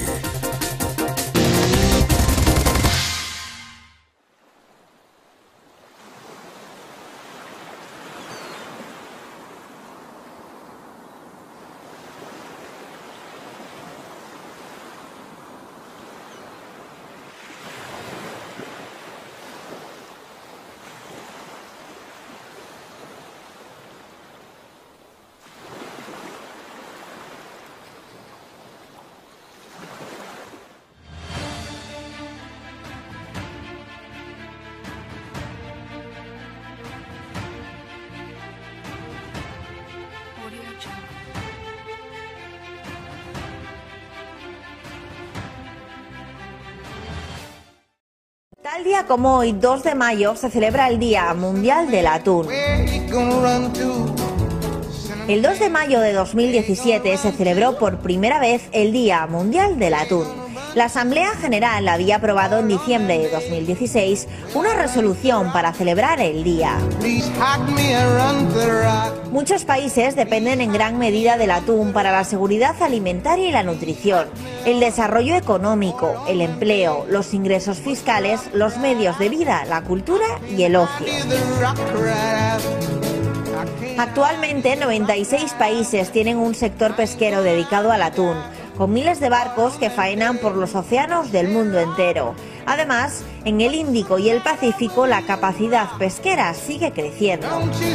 Tal día como hoy, dos de mayo, se celebra el Día Mundial del Atún. El dos de mayo de dos mil diecisiete se celebró por primera vez el Día Mundial del Atún. La Asamblea General había aprobado en diciembre de dos mil dieciséis una resolución para celebrar el día. Muchos países dependen en gran medida del atún para la seguridad alimentaria y la nutrición, el desarrollo económico, el empleo, los ingresos fiscales, los medios de vida, la cultura y el ocio. Actualmente, noventa y seis países tienen un sector pesquero dedicado al atún, con miles de barcos que faenan por los océanos del mundo entero. Además, en el Índico y el Pacífico la capacidad pesquera sigue creciendo.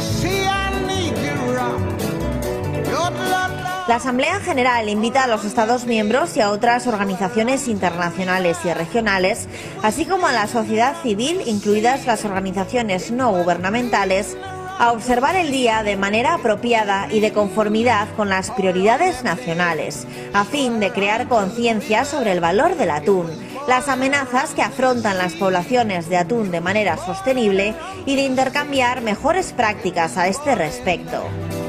La Asamblea General invita a los Estados miembros y a otras organizaciones internacionales y regionales, así como a la sociedad civil, incluidas las organizaciones no gubernamentales, a observar el día de manera apropiada y de conformidad con las prioridades nacionales, a fin de crear conciencia sobre el valor del atún, las amenazas que afrontan las poblaciones de atún de manera sostenible y de intercambiar mejores prácticas a este respecto.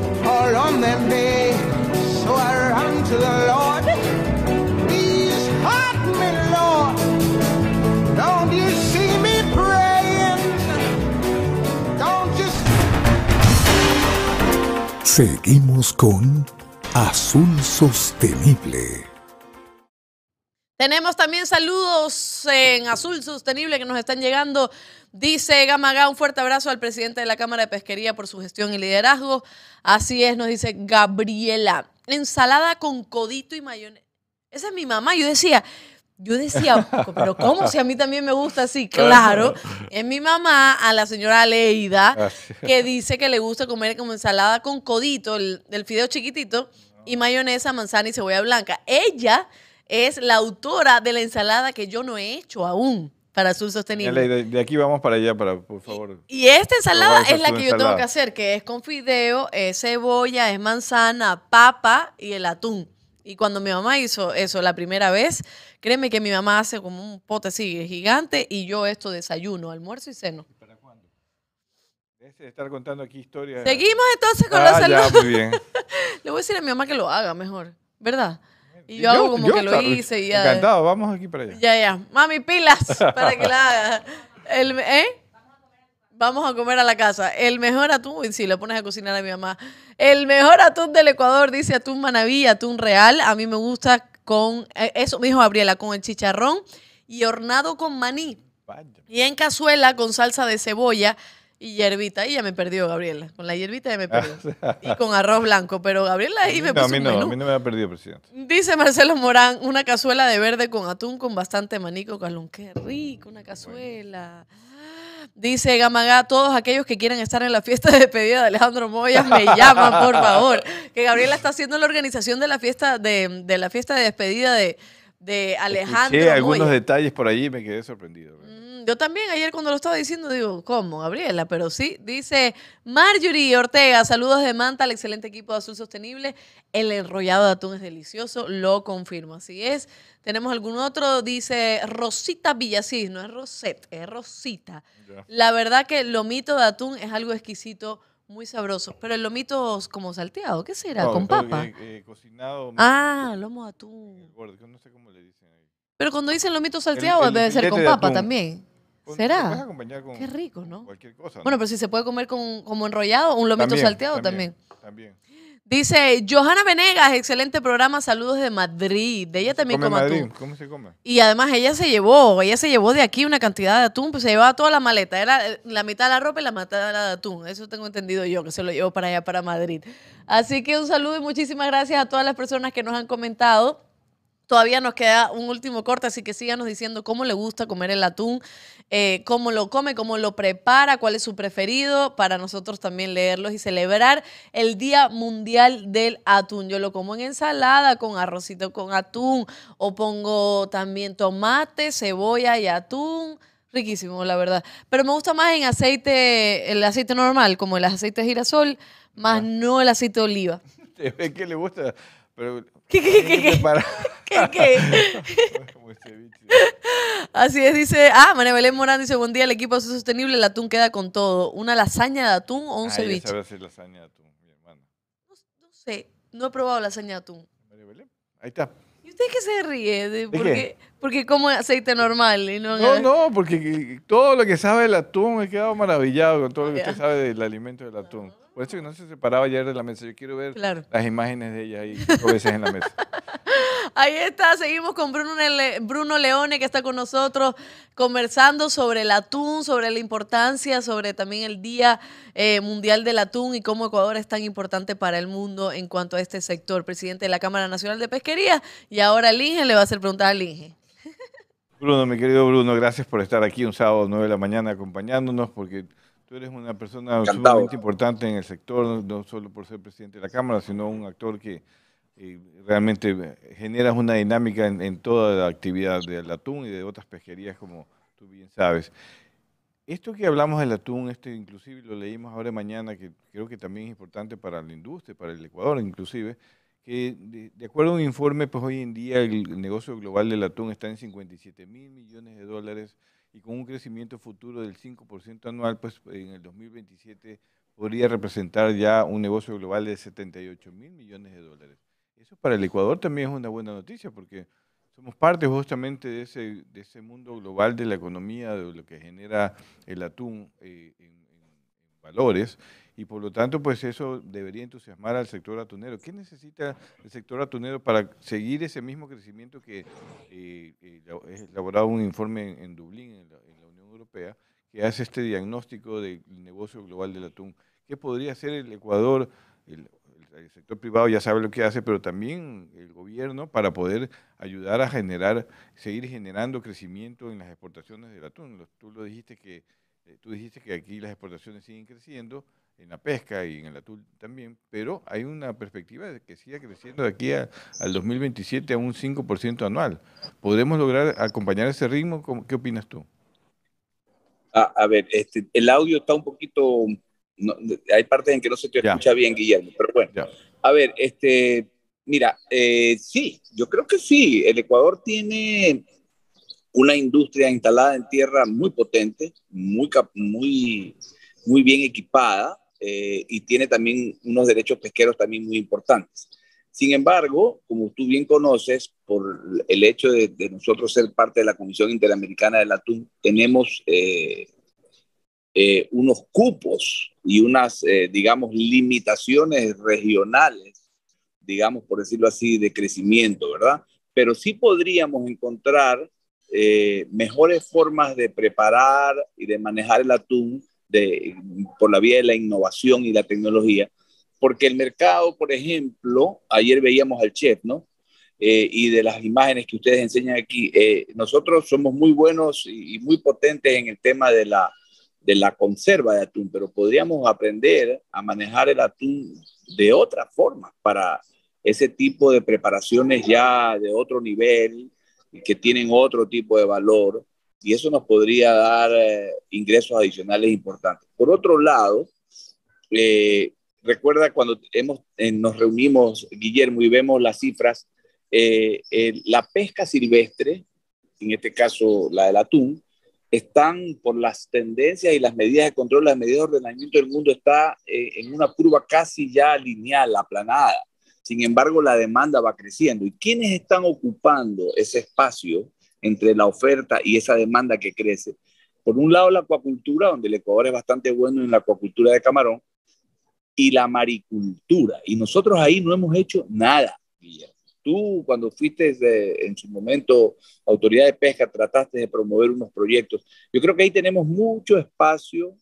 Seguimos con Azul Sostenible. Tenemos también saludos en Azul Sostenible que nos están llegando. Dice Gamaga, un fuerte abrazo al presidente de la Cámara de Pesquería por su gestión y liderazgo. Así es, nos dice Gabriela. Ensalada con codito y mayonesa. Esa es mi mamá. Yo decía, yo decía, pero ¿cómo? Si a mí también me gusta así. Claro, es mi mamá, a la señora Leida, que dice que le gusta comer como ensalada con codito, el, el fideo chiquitito, y mayonesa, manzana y cebolla blanca. Ella es la autora de la ensalada que yo no he hecho aún para Azul Sostenible. De, de aquí vamos para allá, para, por favor. Y esta ensalada es la que ensalada. yo tengo que hacer, que es con fideo, es cebolla, es manzana, papa y el atún. Y cuando mi mamá hizo eso la primera vez, créeme que mi mamá hace como un pote así gigante y yo esto desayuno, almuerzo y ceno. ¿Y para cuándo? Deje de estar contando aquí historias. Seguimos entonces con ah, la salud. Ya, muy bien. Le voy a decir a mi mamá que lo haga mejor, ¿verdad? Y yo, yo hago como yo, que lo hice y ya. Encantado, vamos aquí para allá. Ya, ya. Mami, pilas para que la haga. El, ¿eh? Vamos a comer a la casa. El mejor atún, si le pones a cocinar a mi mamá. El mejor atún del Ecuador, dice atún Manabí, atún real. A mí me gusta con, eso me dijo Gabriela, con el chicharrón y hornado con maní. Vaya. Y en cazuela con salsa de cebolla y hierbita. Ahí ya me perdió Gabriela. Con la hierbita ya me perdió. Y con arroz blanco. Pero Gabriela ahí me no, puso a mí un no, menú. A mí no me ha perdido, presidente. Dice Marcelo Morán, una cazuela de verde con atún con bastante maní con calón. Qué rico, una cazuela. Bueno. Dice Gamagá, todos aquellos que quieran estar en la fiesta de despedida de Alejandro Moya me llaman, por favor. Que Gabriela está haciendo la organización de la fiesta de, de la fiesta de despedida de, de Alejandro Escuché Moya. algunos detalles por allí y me quedé sorprendido. Mm, yo también ayer cuando lo estaba diciendo digo, ¿cómo, Gabriela? Pero sí, dice Marjorie Ortega, saludos de Manta al excelente equipo de Azul Sostenible. El enrollado de atún es delicioso, lo confirmo, así es. ¿Tenemos algún otro? Dice Rosita Villasís, no es Rosette, es Rosita. Yeah. La verdad que el lomito de atún es algo exquisito, muy sabroso. Pero el lomito como salteado, ¿qué será? No, ¿con papa? Eh, eh, cocinado. Ah, lomo de atún. Gordo, no sé cómo le dicen ahí. Pero cuando dicen lomito salteado el, el debe ser con de papa atún. También. Con, ¿Será? Con Qué rico, ¿no? Cualquier cosa. ¿no? Bueno, pero si se puede comer con, como enrollado, un lomito también, salteado también. También. también. Dice Johanna Venegas, excelente programa, saludos de Madrid. De ella también come atún. ¿Cómo se come? Y además ella se llevó, ella se llevó de aquí una cantidad de atún, pues se llevaba toda la maleta, era la mitad de la ropa y la mitad de atún. Eso tengo entendido yo, que se lo llevó para allá, para Madrid. Así que un saludo y muchísimas gracias a todas las personas que nos han comentado. Todavía nos queda un último corte, así que síganos diciendo cómo le gusta comer el atún, eh, cómo lo come, cómo lo prepara, cuál es su preferido, para nosotros también leerlos y celebrar el Día Mundial del Atún. Yo lo como en ensalada, con arrocito con atún, o pongo también tomate, cebolla y atún. Riquísimo, la verdad. Pero me gusta más en aceite, el aceite normal, como el aceite de girasol, más ah. no el aceite de oliva. ¿Qué le gusta? Pero, ¿Qué, qué, qué, qué? ¿Qué, qué? Así es, dice, ah, María Belén Morán dice, buen día, el equipo sostenible, el atún queda con todo. ¿Una lasaña de atún o un ah, ceviche? Ya sabe hacer lasaña de atún, mi hermana. No, no sé, no he probado lasaña de atún. María Belén, ahí está. ¿Y usted qué se ríe? De, ¿De porque, qué? Porque como aceite normal. Y no, no, no, porque todo lo que sabe del atún, he quedado maravillado con todo lo que yeah. usted sabe del alimento del atún. Por eso que no se separaba ayer de la mesa. Yo quiero ver claro. las imágenes de ella ahí cinco veces en la mesa. Ahí está, seguimos con Bruno, Le Bruno Leone, que está con nosotros conversando sobre el atún, sobre la importancia, sobre también el Día eh, Mundial del Atún y cómo Ecuador es tan importante para el mundo en cuanto a este sector. Presidente de la Cámara Nacional de Pesquería, y ahora Linge le va a hacer preguntar a Linge. Bruno, mi querido Bruno, gracias por estar aquí un sábado nueve de la mañana acompañándonos, porque tú eres una persona Encantado. sumamente importante en el sector, no solo por ser presidente de la Cámara, sino un actor que eh, realmente generas una dinámica en, en toda la actividad del atún y de otras pesquerías, como tú bien sabes. Esto que hablamos del atún, este inclusive lo leímos ahora mañana, que creo que también es importante para la industria, para el Ecuador inclusive, que de, de acuerdo a un informe, pues hoy en día el negocio global del atún está en cincuenta y siete mil millones de dólares, y con un crecimiento futuro del cinco por ciento anual, pues en el dos mil veintisiete podría representar ya un negocio global de setenta y ocho mil millones de dólares. Eso para el Ecuador también es una buena noticia, porque somos parte justamente de ese, de ese mundo global de la economía, de lo que genera el atún eh, en, en, en valores, y por lo tanto, pues eso debería entusiasmar al sector atunero. ¿Qué necesita el sector atunero para seguir ese mismo crecimiento que eh, eh, es elaborado un informe en, en Dublín, en la, en la Unión Europea, que hace este diagnóstico del negocio global del atún? ¿Qué podría hacer el Ecuador? El, el sector privado ya sabe lo que hace, pero también el gobierno para poder ayudar a generar, seguir generando crecimiento en las exportaciones del atún. Tú lo dijiste que, eh, tú dijiste que aquí las exportaciones siguen creciendo, en la pesca y en el atún también, pero hay una perspectiva de que siga creciendo de aquí a, al dos mil veintisiete a un cinco por ciento anual. ¿Podremos lograr acompañar ese ritmo? ¿Qué opinas tú? A, a ver, este, el audio está un poquito... No, hay partes en que no se te escucha ya. bien, Guillermo, pero bueno. Ya. A ver, este, mira, eh, sí, yo creo que sí. El Ecuador tiene una industria instalada en tierra muy potente, muy, muy, muy bien equipada, eh, y tiene también unos derechos pesqueros también muy importantes. Sin embargo, como tú bien conoces, por el hecho de, de nosotros ser parte de la Comisión Interamericana del Atún, tenemos eh, eh, unos cupos y unas, eh, digamos, limitaciones regionales, digamos, por decirlo así, de crecimiento, ¿verdad? Pero sí podríamos encontrar eh, mejores formas de preparar y de manejar el atún de, por la vía de la innovación y la tecnología, porque el mercado, por ejemplo, ayer veíamos al chef, ¿no? Eh, y de las imágenes que ustedes enseñan aquí, eh, nosotros somos muy buenos y, y muy potentes en el tema de la, de la conserva de atún, pero podríamos aprender a manejar el atún de otra forma para ese tipo de preparaciones ya de otro nivel y que tienen otro tipo de valor, y eso nos podría dar eh, ingresos adicionales importantes. Por otro lado, eh, recuerda cuando hemos, eh, nos reunimos, Guillermo, y vemos las cifras, eh, eh, la pesca silvestre, en este caso la del atún, están por las tendencias y las medidas de control, las medidas de ordenamiento del mundo está eh, en una curva casi ya lineal, aplanada. Sin embargo, la demanda va creciendo. ¿Y quiénes están ocupando ese espacio entre la oferta y esa demanda que crece? Por un lado, la acuacultura, donde el Ecuador es bastante bueno en la acuacultura de camarón, y la maricultura. Y nosotros ahí no hemos hecho nada, Guillermo. Tú, cuando fuiste de, en su momento autoridad de pesca, trataste de promover unos proyectos. Yo creo que ahí tenemos mucho espacio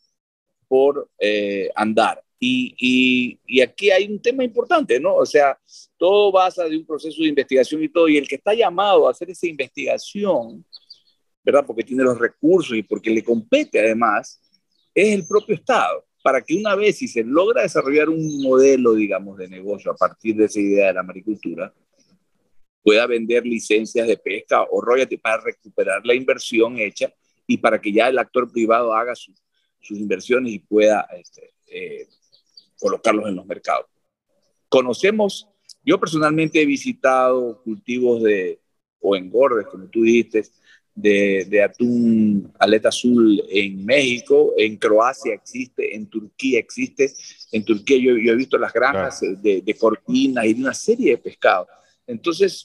por eh, andar. Y, y, y aquí hay un tema importante, ¿no? O sea, todo basa de un proceso de investigación y todo, y el que está llamado a hacer esa investigación, ¿verdad? Porque tiene los recursos y porque le compete además, es el propio Estado, para que una vez si se logra desarrollar un modelo, digamos, de negocio a partir de esa idea de la maricultura, pueda vender licencias de pesca o royalty para recuperar la inversión hecha y para que ya el actor privado haga su, sus inversiones y pueda este, eh, colocarlos en los mercados. Conocemos, yo personalmente he visitado cultivos de, o engordes, como tú dijiste, de, de atún aleta azul en México, en Croacia existe, en Turquía existe, en Turquía yo, yo he visto las granjas claro. de, de cortinas y de una serie de pescados. Entonces,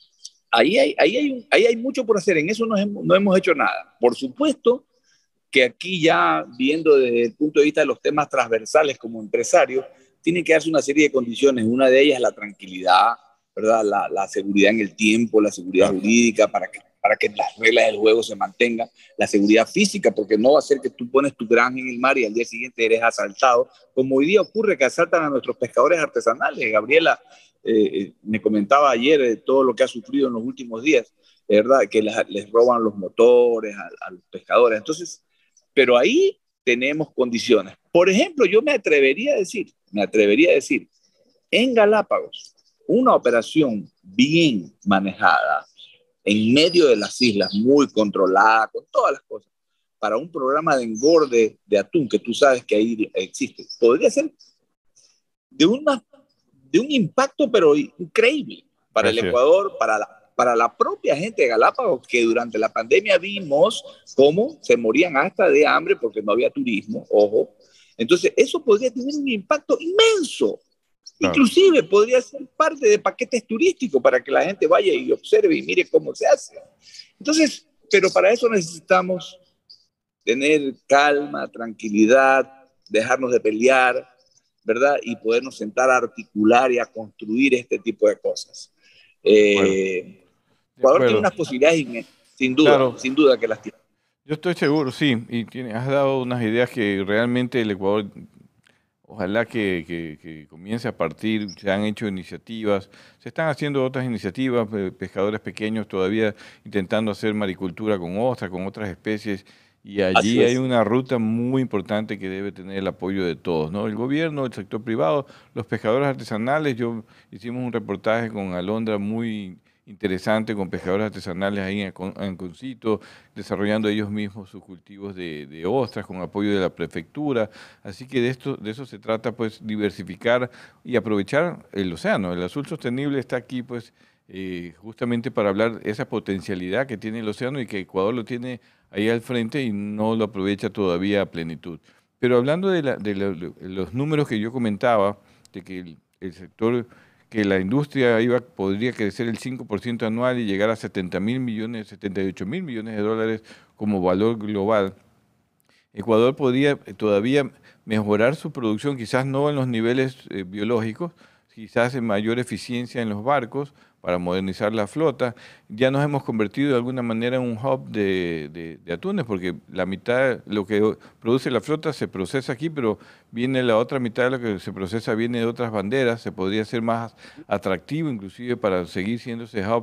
ahí hay, ahí, hay un, ahí hay mucho por hacer, en eso no hemos, no hemos hecho nada. Por supuesto que aquí ya viendo desde el punto de vista de los temas transversales como empresario, tiene que darse una serie de condiciones. Una de ellas es la tranquilidad, ¿verdad? La, la seguridad en el tiempo, la seguridad claro. jurídica para que, para que las reglas del juego se mantengan, la seguridad física, porque no va a ser que tú pones tu granja en el mar y al día siguiente eres asaltado, como hoy día ocurre que asaltan a nuestros pescadores artesanales. Gabriela eh, me comentaba ayer de todo lo que ha sufrido en los últimos días, ¿verdad? Que les, les roban los motores a, a los pescadores. Entonces, pero ahí tenemos condiciones. Por ejemplo, yo me atrevería a decir, me atrevería a decir, en Galápagos, una operación bien manejada, en medio de las islas, muy controlada, con todas las cosas, para un programa de engorde de atún, que tú sabes que ahí existe, podría ser de, una, de un impacto, pero increíble, para Gracias. el Ecuador, para la para la propia gente de Galápagos, que durante la pandemia vimos cómo se morían hasta de hambre porque no había turismo, ojo. Entonces, eso podría tener un impacto inmenso. Claro. Inclusive podría ser parte de paquetes turísticos para que la gente vaya y observe y mire cómo se hace. Entonces, pero para eso necesitamos tener calma, tranquilidad, dejarnos de pelear, ¿verdad? Y podernos sentar a articular y a construir este tipo de cosas. Eh, bueno. Ecuador tiene unas posibilidades, sin duda, claro. sin duda que las tiene. Yo estoy seguro, sí, y tiene, has dado unas ideas que realmente el Ecuador, ojalá que, que, que comience a partir, se han hecho iniciativas, se están haciendo otras iniciativas, pescadores pequeños todavía intentando hacer maricultura con ostras, con otras especies, y allí hay una ruta muy importante que debe tener el apoyo de todos, ¿no? El gobierno, el sector privado, los pescadores artesanales. Yo hicimos un reportaje con Alondra muy interesante con pescadores artesanales ahí en Anconcito, desarrollando ellos mismos sus cultivos de, de ostras con apoyo de la prefectura. Así que de esto, de eso se trata, pues, diversificar y aprovechar el océano. El Azul Sostenible está aquí, pues, eh, justamente para hablar de esa potencialidad que tiene el océano y que Ecuador lo tiene ahí al frente y no lo aprovecha todavía a plenitud. Pero hablando de, la, de, la, de los números que yo comentaba, de que el, el sector... que la industria iba, podría crecer el cinco por ciento anual y llegar a setenta mil millones, setenta y ocho mil millones de dólares como valor global. Ecuador podría todavía mejorar su producción, quizás no en los niveles eh, biológicos, quizás en mayor eficiencia en los barcos para modernizar la flota. Ya nos hemos convertido de alguna manera en un hub de, de, de atunes, porque la mitad, lo que produce la flota se procesa aquí, pero viene la otra mitad de lo que se procesa viene de otras banderas. Se podría ser más atractivo inclusive para seguir siendo ese hub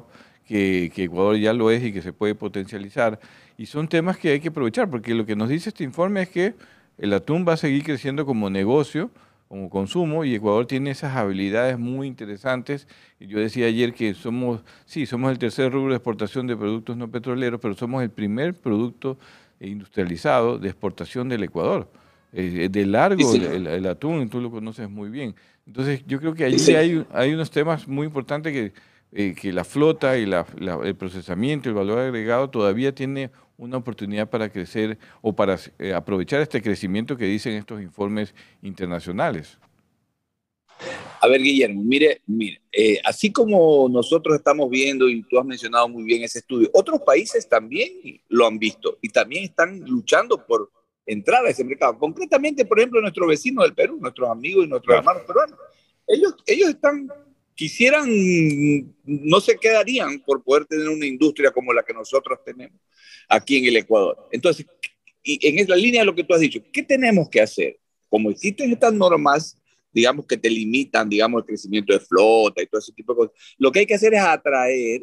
que, que Ecuador ya lo es y que se puede potencializar. Y son temas que hay que aprovechar, porque lo que nos dice este informe es que el atún va a seguir creciendo como negocio, como consumo, y Ecuador tiene esas habilidades muy interesantes. Y yo decía ayer que somos, sí, somos el tercer rubro de exportación de productos no petroleros, pero somos el primer producto industrializado de exportación del Ecuador. Eh, de largo Sí, el, el- el atún, tú lo conoces muy bien. Entonces yo creo que sí, allí sí. hay, hay unos temas muy importantes que, eh, que la flota y la- la- el procesamiento, el valor agregado todavía tiene una oportunidad para crecer o para eh, aprovechar este crecimiento que dicen estos informes internacionales. A ver, Guillermo, mire, mire, eh, así como nosotros estamos viendo y tú has mencionado muy bien ese estudio, otros países también lo han visto y también están luchando por entrar a ese mercado. Concretamente, por ejemplo, nuestros vecinos del Perú, nuestros amigos y nuestros Claro. hermanos peruanos, ellos, ellos están, quisieran, no se quedarían por poder tener una industria como la que nosotros tenemos aquí en el Ecuador. Entonces, y en la línea de lo que tú has dicho, ¿qué tenemos que hacer? Como existen estas normas, digamos, que te limitan, digamos, el crecimiento de flota y todo ese tipo de cosas. Lo que hay que hacer es atraer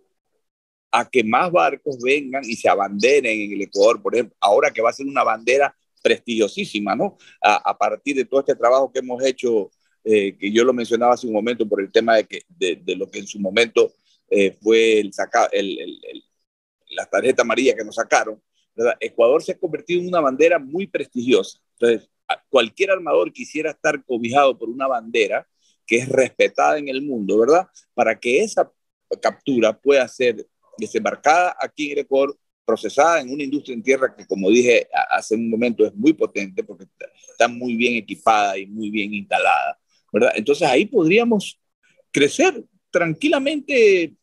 a que más barcos vengan y se abanderen en el Ecuador, por ejemplo, ahora que va a ser una bandera prestigiosísima, ¿no? A, a partir de todo este trabajo que hemos hecho, eh, que yo lo mencionaba hace un momento por el tema de, que, de, de lo que en su momento eh, fue el saca, el, el, el, la tarjeta amarilla que nos sacaron, ¿verdad? Ecuador se ha convertido en una bandera muy prestigiosa. Entonces, cualquier armador quisiera estar cobijado por una bandera que es respetada en el mundo, ¿verdad? Para que esa captura pueda ser desembarcada aquí en el Ecuador, procesada en una industria en tierra que, como dije hace un momento, es muy potente porque está muy bien equipada y muy bien instalada, ¿verdad? Entonces ahí podríamos crecer tranquilamente,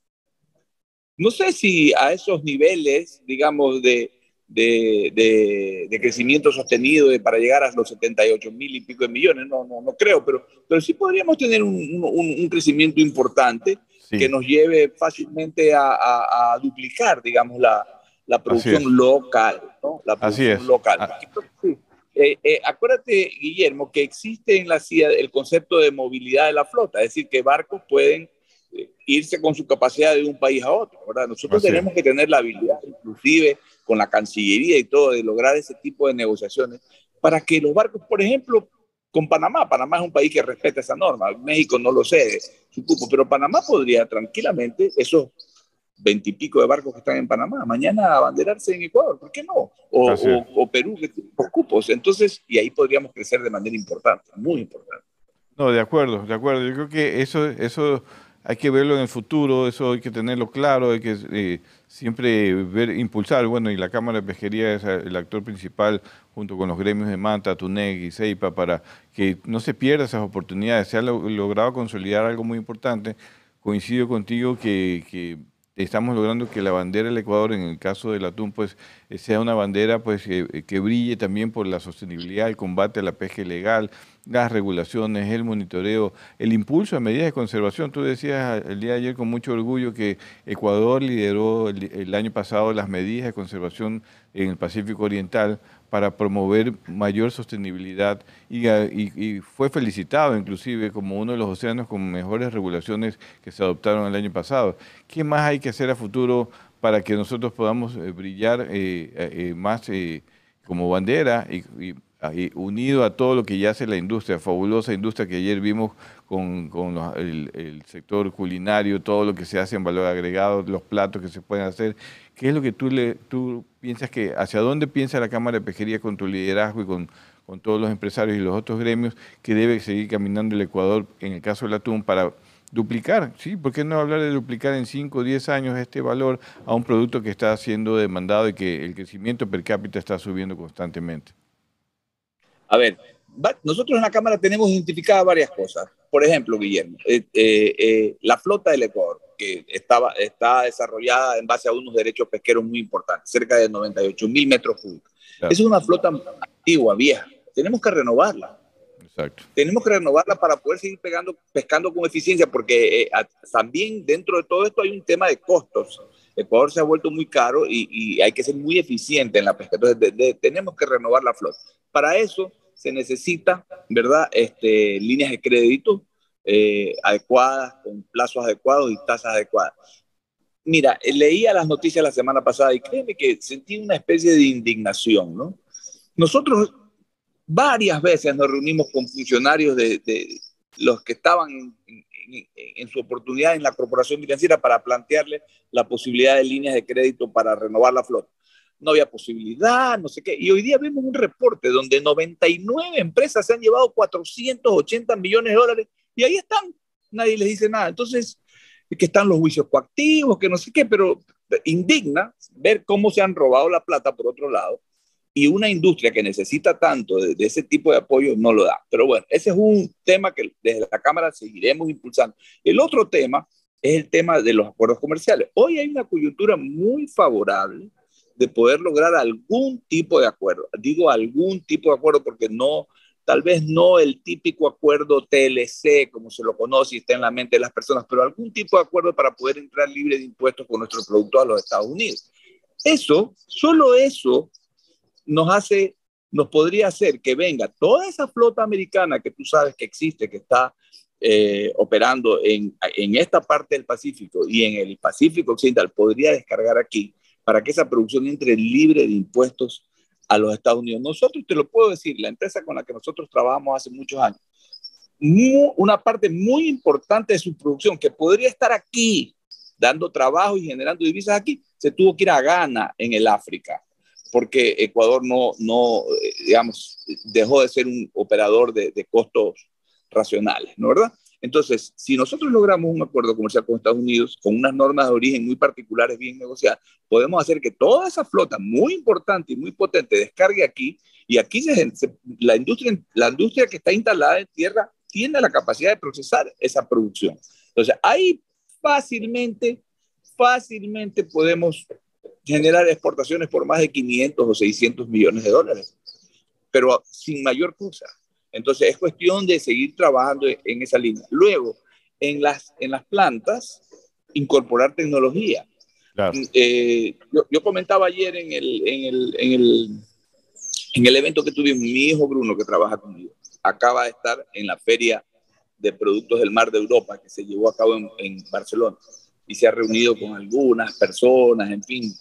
no sé si a esos niveles, digamos, de, de, de, de crecimiento sostenido de, para llegar a los setenta y ocho mil y pico de millones, no, no, no creo, pero, pero sí podríamos tener un, un, un crecimiento importante Sí, que nos lleve fácilmente a, a, a duplicar, digamos, la, la así producción es, local, ¿no? La así producción es. local. Ah, Sí. Eh, eh, acuérdate, Guillermo, que existe en la C I A el concepto de movilidad de la flota, es decir, que barcos pueden irse con su capacidad de un país a otro, ¿verdad? Nosotros así es. tenemos que tener la habilidad, inclusive con la Cancillería y todo, de lograr ese tipo de negociaciones para que los barcos, por ejemplo, con Panamá, Panamá es un país que respeta esa norma, México no lo sé, su cupo, pero Panamá podría tranquilamente, esos veintipico de barcos que están en Panamá, mañana abanderarse en Ecuador, ¿por qué no? O, Así es. o, o Perú, que tiene los cupos, entonces, y ahí podríamos crecer de manera importante, muy importante. No, de acuerdo, de acuerdo. Yo creo que eso, eso hay que verlo en el futuro, eso hay que tenerlo claro, hay que eh, siempre ver, impulsar. Bueno, y la Cámara de Pesquería es el actor principal junto con los gremios de Manta, Tunec y Ceipa para que no se pierda esas oportunidades. Se ha lo- logrado consolidar algo muy importante. Coincido contigo que, que estamos logrando que la bandera del Ecuador, en el caso del atún, pues eh, sea una bandera pues eh, que brille también por la sostenibilidad, el combate a la pesca ilegal, las regulaciones, el monitoreo, el impulso a medidas de conservación. Tú decías el día de ayer con mucho orgullo que Ecuador lideró el, el año pasado las medidas de conservación en el Pacífico Oriental para promover mayor sostenibilidad y, y, y fue felicitado inclusive como uno de los océanos con mejores regulaciones que se adoptaron el año pasado. ¿Qué más hay que hacer a futuro para que nosotros podamos eh, brillar eh, eh, más eh, como bandera y, y y unido a todo lo que ya hace la industria, fabulosa industria que ayer vimos con, con los- el, el sector culinario, todo lo que se hace en valor agregado, los platos que se pueden hacer? ¿Qué es lo que tú, le, tú piensas que, hacia dónde piensa la Cámara de Pesquería con tu liderazgo y con, con todos los empresarios y los otros gremios que debe seguir caminando el Ecuador en el caso del atún para duplicar? ¿Sí? ¿Por qué no hablar de duplicar en cinco o diez años este valor a un producto que está siendo demandado y que el crecimiento per cápita está subiendo constantemente? A ver, va, nosotros en la Cámara tenemos identificadas varias cosas. Por ejemplo, Guillermo, eh, eh, eh, la flota del Ecuador, que estaba, está desarrollada en base a unos derechos pesqueros muy importantes, cerca de noventa y ocho mil metros cúbicos. Claro. Es una flota antigua, vieja. Tenemos que renovarla. Exacto. Tenemos que renovarla para poder seguir pegando, pescando con eficiencia, porque eh, a, también dentro de todo esto hay un tema de costos. Ecuador se ha vuelto muy caro y, y hay que ser muy eficiente en la pesca. Entonces, de, de, tenemos que renovar la flota. Para eso se necesita, ¿verdad?, este, líneas de crédito eh, adecuadas, con plazos adecuados y tasas adecuadas. Mira, leía las noticias la semana pasada y créeme que sentí una especie de indignación, ¿no? Nosotros varias veces nos reunimos con funcionarios de, de los que estaban en, en, en su oportunidad en la corporación financiera para plantearle la posibilidad de líneas de crédito para renovar la flota. No había posibilidad, no sé qué. Y hoy día vemos un reporte donde noventa y nueve empresas se han llevado cuatrocientos ochenta millones de dólares y ahí están. Nadie les dice nada. Entonces, que están los juicios coactivos, que no sé qué, pero indigna ver cómo se han robado la plata por otro lado y una industria que necesita tanto de, de ese tipo de apoyo no lo da. Pero bueno, ese es un tema que desde la Cámara seguiremos impulsando. El otro tema es el tema de los acuerdos comerciales. Hoy hay una coyuntura muy favorable de poder lograr algún tipo de acuerdo. Digo algún tipo de acuerdo porque no, tal vez no el típico acuerdo T L C, como se lo conoce y está en la mente de las personas, pero algún tipo de acuerdo para poder entrar libre de impuestos con nuestros productos a los Estados Unidos. Eso, solo eso, nos hace, nos podría hacer que venga toda esa flota americana que tú sabes que existe, que está eh, operando en, en esta parte del Pacífico y en el Pacífico Occidental, podría descargar aquí para que esa producción entre libre de impuestos a los Estados Unidos. Nosotros, te lo puedo decir, la empresa con la que nosotros trabajamos hace muchos años, muy, una parte muy importante de su producción que podría estar aquí dando trabajo y generando divisas aquí, se tuvo que ir a Ghana en el África, porque Ecuador no, no digamos, dejó de ser un operador de, de costos racionales, ¿no verdad? Entonces, si nosotros logramos un acuerdo comercial con Estados Unidos, con unas normas de origen muy particulares, bien negociadas, podemos hacer que toda esa flota muy importante y muy potente descargue aquí, y aquí se, se, la, industria, la industria que está instalada en tierra tiene la capacidad de procesar esa producción. Entonces, ahí fácilmente, fácilmente podemos generar exportaciones por más de quinientos o seiscientos millones de dólares, pero sin mayor cosa. Entonces, es cuestión de seguir trabajando en esa línea. Luego, en las, en las plantas, incorporar tecnología. Claro. Eh, yo, yo comentaba ayer en el, en, el, en, el, en el evento que tuvimos, mi hijo Bruno, que trabaja conmigo, acaba de estar en la Feria de Productos del Mar de Europa, que se llevó a cabo en, en Barcelona, y se ha reunido con algunas personas, en fin.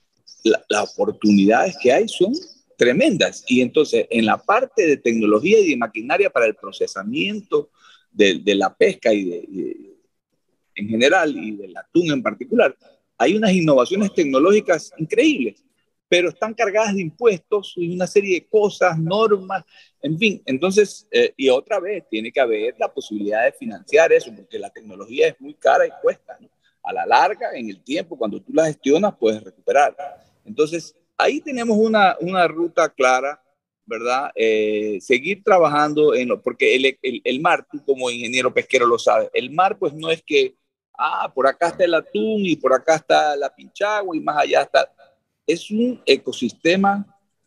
La, las oportunidades que hay son tremendas. Y entonces, en la parte de tecnología y de maquinaria para el procesamiento de, de la pesca y, de, y en general, y del atún en particular, hay unas innovaciones tecnológicas increíbles, pero están cargadas de impuestos y una serie de cosas, normas, en fin. Entonces, eh, y otra vez, tiene que haber la posibilidad de financiar eso, porque la tecnología es muy cara y cuesta, ¿no? A la larga, en el tiempo, cuando tú la gestionas, puedes recuperar. Entonces, ahí tenemos una, una ruta clara, ¿verdad? Eh, seguir trabajando en lo, porque el, el, el mar, tú como ingeniero pesquero lo sabes, el mar pues no es que, ah, por acá está el atún y por acá está la pinchagua y más allá está. Es un ecosistema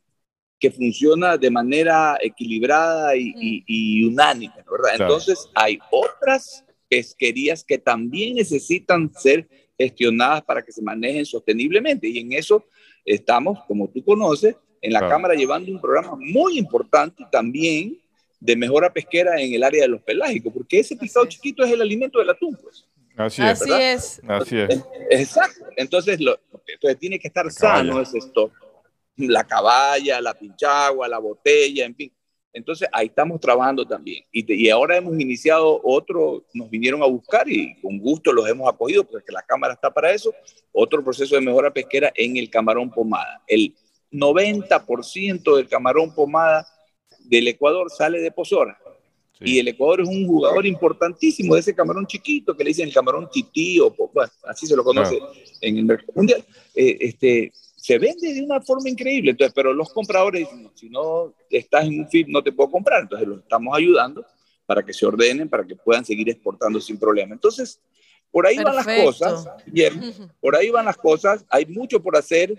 que funciona de manera equilibrada y, y, y unánime, ¿verdad? Claro. Entonces hay otras pesquerías que también necesitan ser gestionadas para que se manejen sosteniblemente y en eso estamos, como tú conoces, en la claro. Cámara llevando un programa muy importante también de mejora pesquera en el área de los pelágicos, porque ese pescado chiquito es el alimento del atún, pues. Así es. Así es. Así es. Exacto. Entonces, lo, entonces tiene que estar sano ese stock. La caballa, la pinchagua, la botella, en fin. Entonces, ahí estamos trabajando también. Y, te, y ahora hemos iniciado otro, nos vinieron a buscar y con gusto los hemos acogido porque la Cámara está para eso, otro proceso de mejora pesquera en el camarón pomada. El noventa por ciento del camarón pomada del Ecuador sale de Pozora. Sí. Y el Ecuador es un jugador importantísimo de ese camarón chiquito que le dicen el camarón tití, o bueno, así se lo conoce no. en el mercado mundial. Eh, este, se vende de una forma increíble, entonces, pero los compradores dicen, si no estás en un F I P no te puedo comprar, entonces los estamos ayudando para que se ordenen, para que puedan seguir exportando sin problema. Entonces, por ahí Perfecto. van las cosas, Guillermo, por ahí van las cosas, hay mucho por hacer,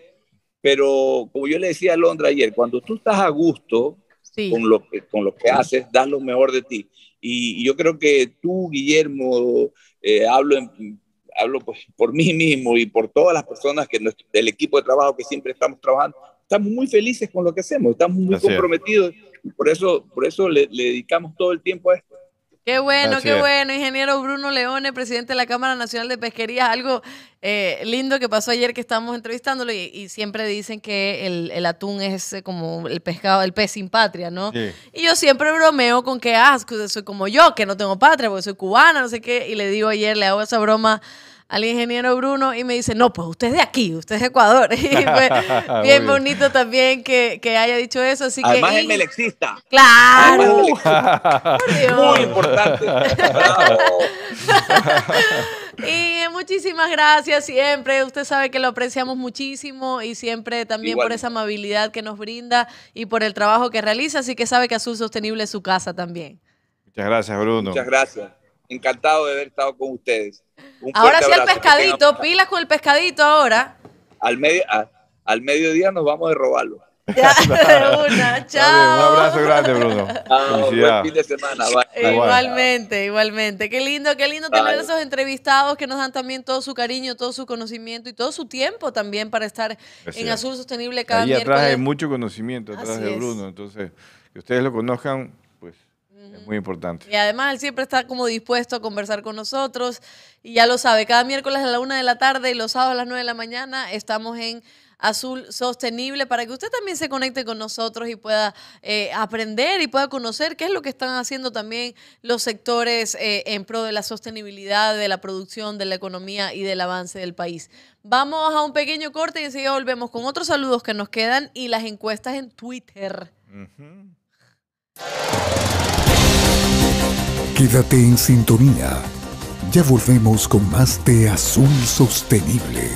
pero como yo le decía a Londra ayer, cuando tú estás a gusto, Sí. Con, lo que, con lo que haces, das lo mejor de ti. Y, y yo creo que tú, Guillermo, eh, hablo, en, hablo pues, por mí mismo y por todas las personas que nuestro, del equipo de trabajo que siempre estamos trabajando, estamos muy felices con lo que hacemos, estamos muy Así comprometidos. Y por eso, por eso le, le dedicamos todo el tiempo a esto. Qué bueno, Gracias. qué bueno. Ingeniero Bruno Leone, presidente de la Cámara Nacional de Pesquería. Algo eh, lindo que pasó ayer que estábamos entrevistándolo y, y siempre dicen que el, el atún es eh, como el pescado, el pez sin patria, ¿no? Sí. Y yo siempre bromeo con que, ah, soy como yo, que no tengo patria porque soy cubana, no sé qué. Y le digo ayer, le hago esa broma al ingeniero Bruno y me dice, no, pues usted es de aquí, usted es de Ecuador. Y fue bien Muy bonito también que, que haya dicho eso. Así Además que, es melexista. ¡claro! Además es melexista. Muy importante. Bravo. Y muchísimas gracias siempre. Usted sabe que lo apreciamos muchísimo y siempre también Igual. por esa amabilidad que nos brinda y por el trabajo que realiza. Así que sabe que Azul Sostenible es su casa también. Muchas gracias, Bruno. Muchas gracias. Encantado de haber estado con ustedes. Un Ahora fuerte sí el abrazo. pescadito, Que tengan- pilas con el pescadito ahora. Al, medio, a- al mediodía nos vamos a robarlo. Ya, de una. Está Chao. bien, un abrazo grande, Bruno. Ah, Felicidad. buen fin de semana. Bye. Bye. Igualmente, igualmente. Qué lindo, qué lindo Bye. tener esos entrevistados que nos dan también todo su cariño, todo su conocimiento y todo su tiempo también para estar Así en es. Azul Sostenible cada Ahí atrás miércoles. hay mucho conocimiento, atrás Así de es. Bruno. Entonces, que ustedes lo conozcan, pues es muy importante. Y además él siempre está como dispuesto a conversar con nosotros. Y ya lo sabe, cada miércoles a la una de la tarde y los sábados a las nueve de la mañana estamos en Azul Sostenible para que usted también se conecte con nosotros y pueda eh, aprender y pueda conocer qué es lo que están haciendo también los sectores eh, en pro de la sostenibilidad, de la producción, de la economía y del avance del país. Vamos a un pequeño corte y enseguida volvemos con otros saludos que nos quedan y las encuestas en Twitter. Ujú. Quédate en sintonía. Ya volvemos con más de Azul Sostenible.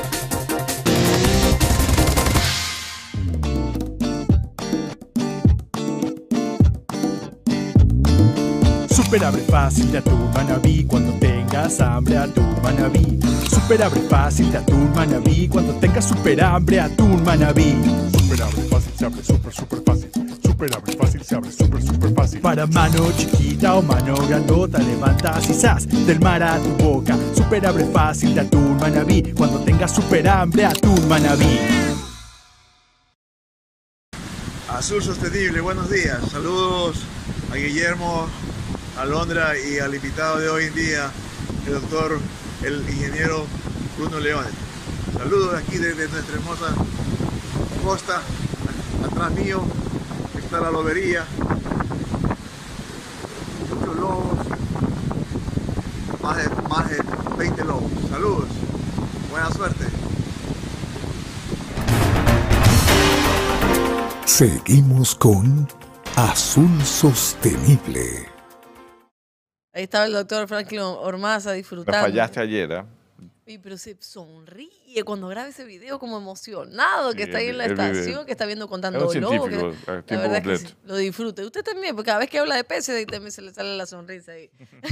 Super abre fácil de atún Manabí cuando tengas hambre atún Manabí. Super abre fácil de atún Manabí cuando tengas super hambre atún Manabí. Super abre fácil se abre super super fácil. Super abre fácil se abre super super fácil. Para mano chiquita o mano grandota levantas y zas del mar a tu boca. Super abre fácil de atún Manabí cuando tengas super hambre atún Manabí. Azul Sostenible, buenos días. Saludos a Guillermo, a Londra y al invitado de hoy en día, el doctor, el ingeniero Bruno Leone. Saludos aquí desde nuestra hermosa costa. Atrás mío está la lobería. Muchos lobos. Más de, más de veinte lobos. Saludos. Buena suerte. Seguimos con Azul Sostenible. Ahí estaba el doctor Franklin Ormaza Me disfrutando. fallaste ayer, ¿ah? Y pero se sonríe cuando graba ese video como emocionado, que Sí, está ahí en la él vive- estación, que está viendo contando es un lobos. científico que- a la tiempo verdad que completo. sí, lo disfruta. Y usted también, porque cada vez que habla de peces, ahí también se le sale la sonrisa ahí.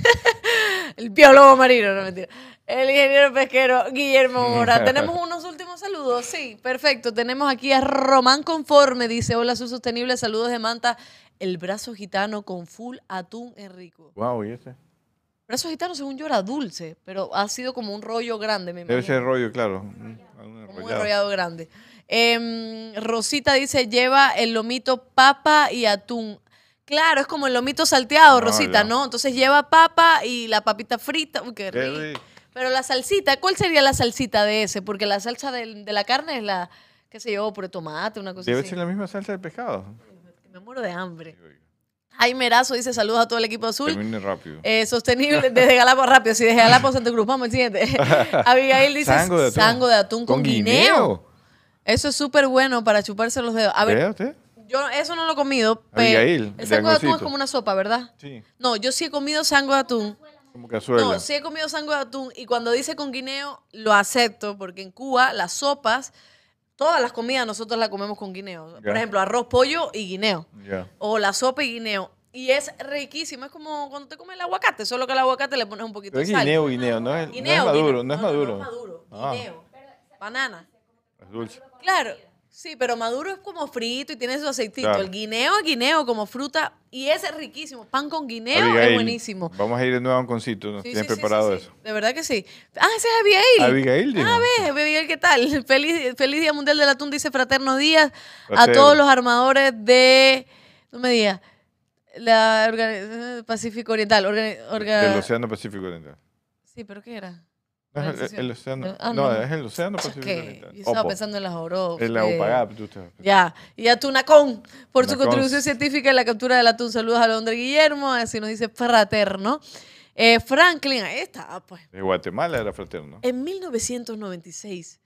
El biólogo marino, no mentira. El ingeniero pesquero Guillermo Mora. ¿Tenemos unos últimos saludos? Sí, perfecto. Tenemos aquí a Román Conforme, dice, hola, Azul Sostenible, saludos de Manta, el brazo gitano con full atún en rico. Wow, ¿y este? Brazo gitano, según yo, era dulce, pero ha sido como un rollo grande, me Debe imagino. ser rollo, claro. Un- un Como un enrollado. enrollado grande. Em, Rosita dice, lleva el lomito papa y atún. Claro, es como el lomito salteado, Ah, Rosita, ya. ¿no? Entonces lleva papa y la papita frita. Uy, qué Qué rico. rico. Pero la salsita, ¿cuál sería la salsita de ese? Porque la salsa del- de, la carne es la, qué sé yo, puré de tomate, una cosa Debe así. ser la misma salsa de pescado. Me muero de hambre. Jaime Erazo dice, saludos a todo el equipo azul. Termine rápido. Eh, sostenible desde Galapagos, rápido, sí, desde Galapagos Santa Cruz. Vamos al siguiente. Abigail dice Sango de atún. sango de atún con, ¿Con guineo. guineo? Eso es súper bueno para chuparse los dedos. A ver, ¿Vea usted? yo eso no lo he comido, pero Abigail, el de sango de atún es Angosito. como una sopa, ¿verdad? Sí, No, yo sí he comido sango de atún. como cazuela. No, sí he comido sango de atún y cuando dice con guineo lo acepto porque en Cuba las sopas, todas las comidas nosotros las comemos con guineo. Por Ya. ejemplo, arroz, pollo y guineo. Ya. O la sopa y guineo. Y es riquísimo. Es como cuando te comes el aguacate, solo que al aguacate le pones un poquito Pero es de sal. guineo, guineo, no es, no es Guineo, maduro, guineo. no es No, maduro. No, es maduro. Ah. Guineo. Banana. Es dulce. Claro. Sí, pero maduro es como frito y tiene su aceitito. Claro. El guineo es guineo como fruta y es riquísimo. Pan con guineo es Abigail, buenísimo. Vamos a ir de nuevo a un concito, nos Sí, tienen sí, sí, preparado sí, sí. eso. De verdad que sí. Ah, ese es Abigail. Abigail, dijo. Ah, ve, Abigail, ¿qué tal? Feliz, feliz Día Mundial del Atún, dice Fraternos Días a Fraterno. todos los armadores de... No me digas. La organización Pacífico Oriental. Organi, orga... Del Océano Pacífico Oriental. Sí, pero ¿qué era? No, es el, el océano, ah, no, no, es el Océano Pacífico ¿qué? Oriental. Yo estaba Opo. pensando en las Orofes. En la Opagap, tú estabas pensando. Ya. Y a Tunacón, por su Tunacón. contribución científica en la captura del atún. Saludos a Londres Guillermo, así nos dice fraterno. Eh, Franklin, ahí está, pues. De Guatemala era fraterno. En mil novecientos noventa y seis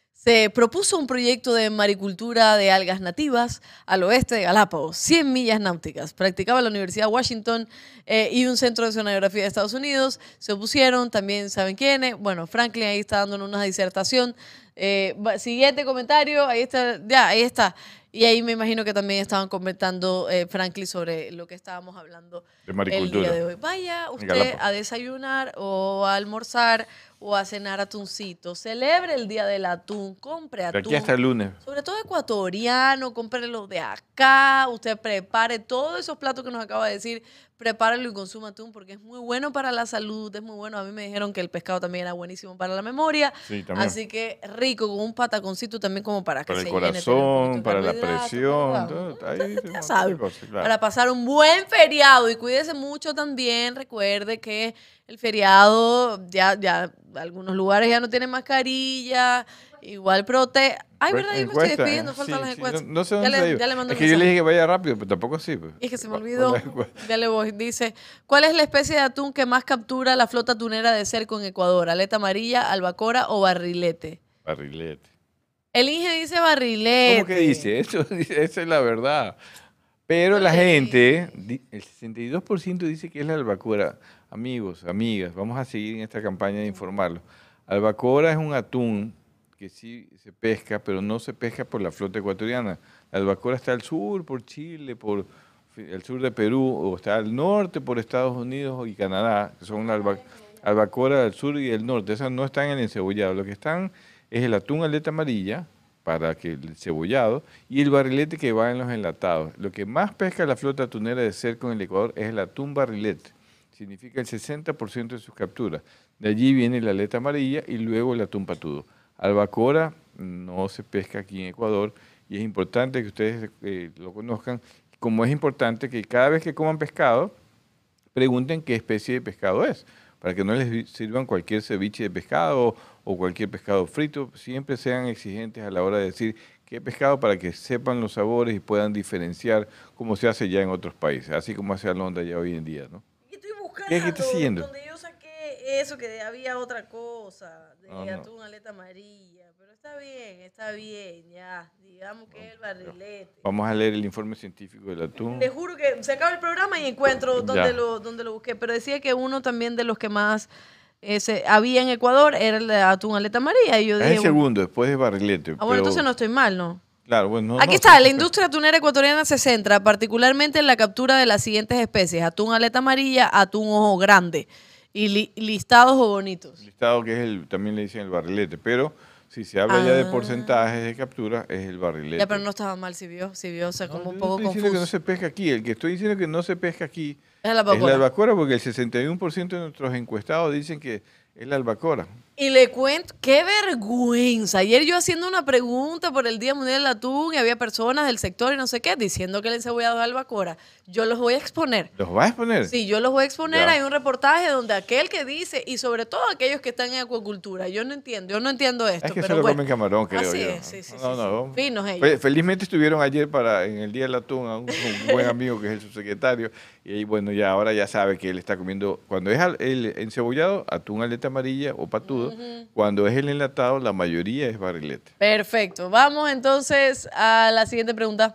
se propuso un proyecto de maricultura de algas nativas al oeste de Galápagos, cien millas náuticas. Practicaba la Universidad de Washington eh, y un centro de oceanografía de Estados Unidos. Se opusieron, también saben quiénes. Bueno, Franklin ahí está dándonos una disertación. Eh, siguiente comentario, ahí está, ya, ahí está. Y ahí me imagino que también estaban comentando, eh, Franklin, sobre lo que estábamos hablando De el maricultura. día de hoy. Vaya usted Galápagos. a desayunar o a almorzar o a cenar atuncito. Celebre el día del atún, compre De atún. aquí hasta el lunes. Sobre todo ecuatoriano, cómprelo de acá. Usted prepare todos esos platos que nos acaba de decir, prepáralo y consuma atún porque es muy bueno para la salud, es muy bueno. A mí me dijeron que el pescado también era buenísimo para la memoria. Sí, también. Así que rico, con un pataconcito también como para que Para el se llene, tener un corazón, poquito de para la carbohidratos, presión. ¿verdad? Todo, ahí, un Ya montón sabe. de cosas, claro. Para pasar un buen feriado y cuídese mucho también. Recuerde que el feriado, ya, ya algunos lugares ya no tienen mascarilla, igual prote. Ay, Bueno, verdad, yo me estoy encuesta, despidiendo, ¿eh? faltan Sí, las sí, encuestas. no, no sé ya, dónde se ha le, ido. ya le mando Es un que yo le mensaje. dije que vaya rápido, pero tampoco así. Pues. Y es que se me Con olvidó. la encuesta. Ya le voy. Dice, ¿cuál es la especie de atún que más captura la flota tunera de cerco en Ecuador? ¿Aleta amarilla, albacora o barrilete? Barrilete. El Inge dice barrilete. ¿Cómo que dice? Eso, esa es la verdad. Pero la gente, di- el sesenta y dos por ciento dice que es la albacora. Amigos, amigas, vamos a seguir en esta campaña de informarlo. Albacora es un atún que sí se pesca, pero no se pesca por la flota ecuatoriana. La albacora está al sur, por Chile, por el sur de Perú, o está al norte por Estados Unidos y Canadá, que son la alba- albacora del sur y del norte. Esas no están en el encebollado. Lo que están es el atún aleta amarilla, para que el cebollado, y el barrilete que va en los enlatados. Lo que más pesca la flota atunera de cerco en el Ecuador es el atún barrilete. Significa el sesenta por ciento de sus capturas. De allí viene la aleta amarilla y luego el atún patudo. Albacora no se pesca aquí en Ecuador y es importante que ustedes eh, lo conozcan, como es importante que cada vez que coman pescado, pregunten qué especie de pescado es, para que no les sirvan cualquier ceviche de pescado o cualquier pescado frito. Siempre sean exigentes a la hora de decir qué pescado para que sepan los sabores y puedan diferenciar como se hace ya en otros países, así como hace Alondra ya hoy en día, ¿no? Estoy buscando ¿Qué es que está siguiendo? donde yo saqué eso, que había otra cosa, de No, no. atún aleta amarilla. Pero está bien, está bien, ya. Digamos que es el barrilete. Vamos a leer el informe científico del atún. Le juro que se acaba el programa y encuentro donde Ya. lo, donde lo busqué. Pero decía que uno también de los que más eh, se- había en Ecuador era el de atún aleta amarilla. Y yo Es dije, el segundo, después de barrilete. ah, bueno, pero- entonces no estoy mal, ¿no? Claro, bueno, no, Aquí no, está, sí, la sí, industria atunera ecuatoriana se centra particularmente en la captura de las siguientes especies: atún aleta amarilla, atún ojo grande y li- listados o bonitos. listado que es el, también le dicen el barrilete, pero si se habla ya de Ah. porcentajes de captura, es el barrilete. Ya, pero no estaba mal, si vio, si vio, o sea, como No, un yo poco no estoy diciendo que no confuso. se pesca aquí, el que estoy diciendo que no se pesca aquí Es la es la albacora. albacora, porque el sesenta y uno por ciento de nuestros encuestados dicen que es la albacora. Y le cuento, qué vergüenza. Ayer yo haciendo una pregunta por el Día Mundial del Atún y había personas del sector y no sé qué, diciendo que el encebollado es albacora. Yo los voy a exponer. ¿Los vas a exponer? Sí, yo los voy a exponer. Ya. Hay un reportaje donde aquel que dice, y sobre todo aquellos que están en acuacultura, yo no entiendo, yo no entiendo esto. Es que pero solo bueno. comen camarón, creo Así yo. es, sí, sí, No, sí, no, sí. Finos ellos. Fe- Felizmente estuvieron ayer para en el Día del Atún a un, un buen amigo que es el subsecretario. Y ahí, bueno, ya ahora ya sabe que él está comiendo, cuando es al- el encebollado, atún aleta amarilla o patudo. Cuando es el enlatado, la mayoría es barrilete. Perfecto. Vamos entonces a la siguiente pregunta.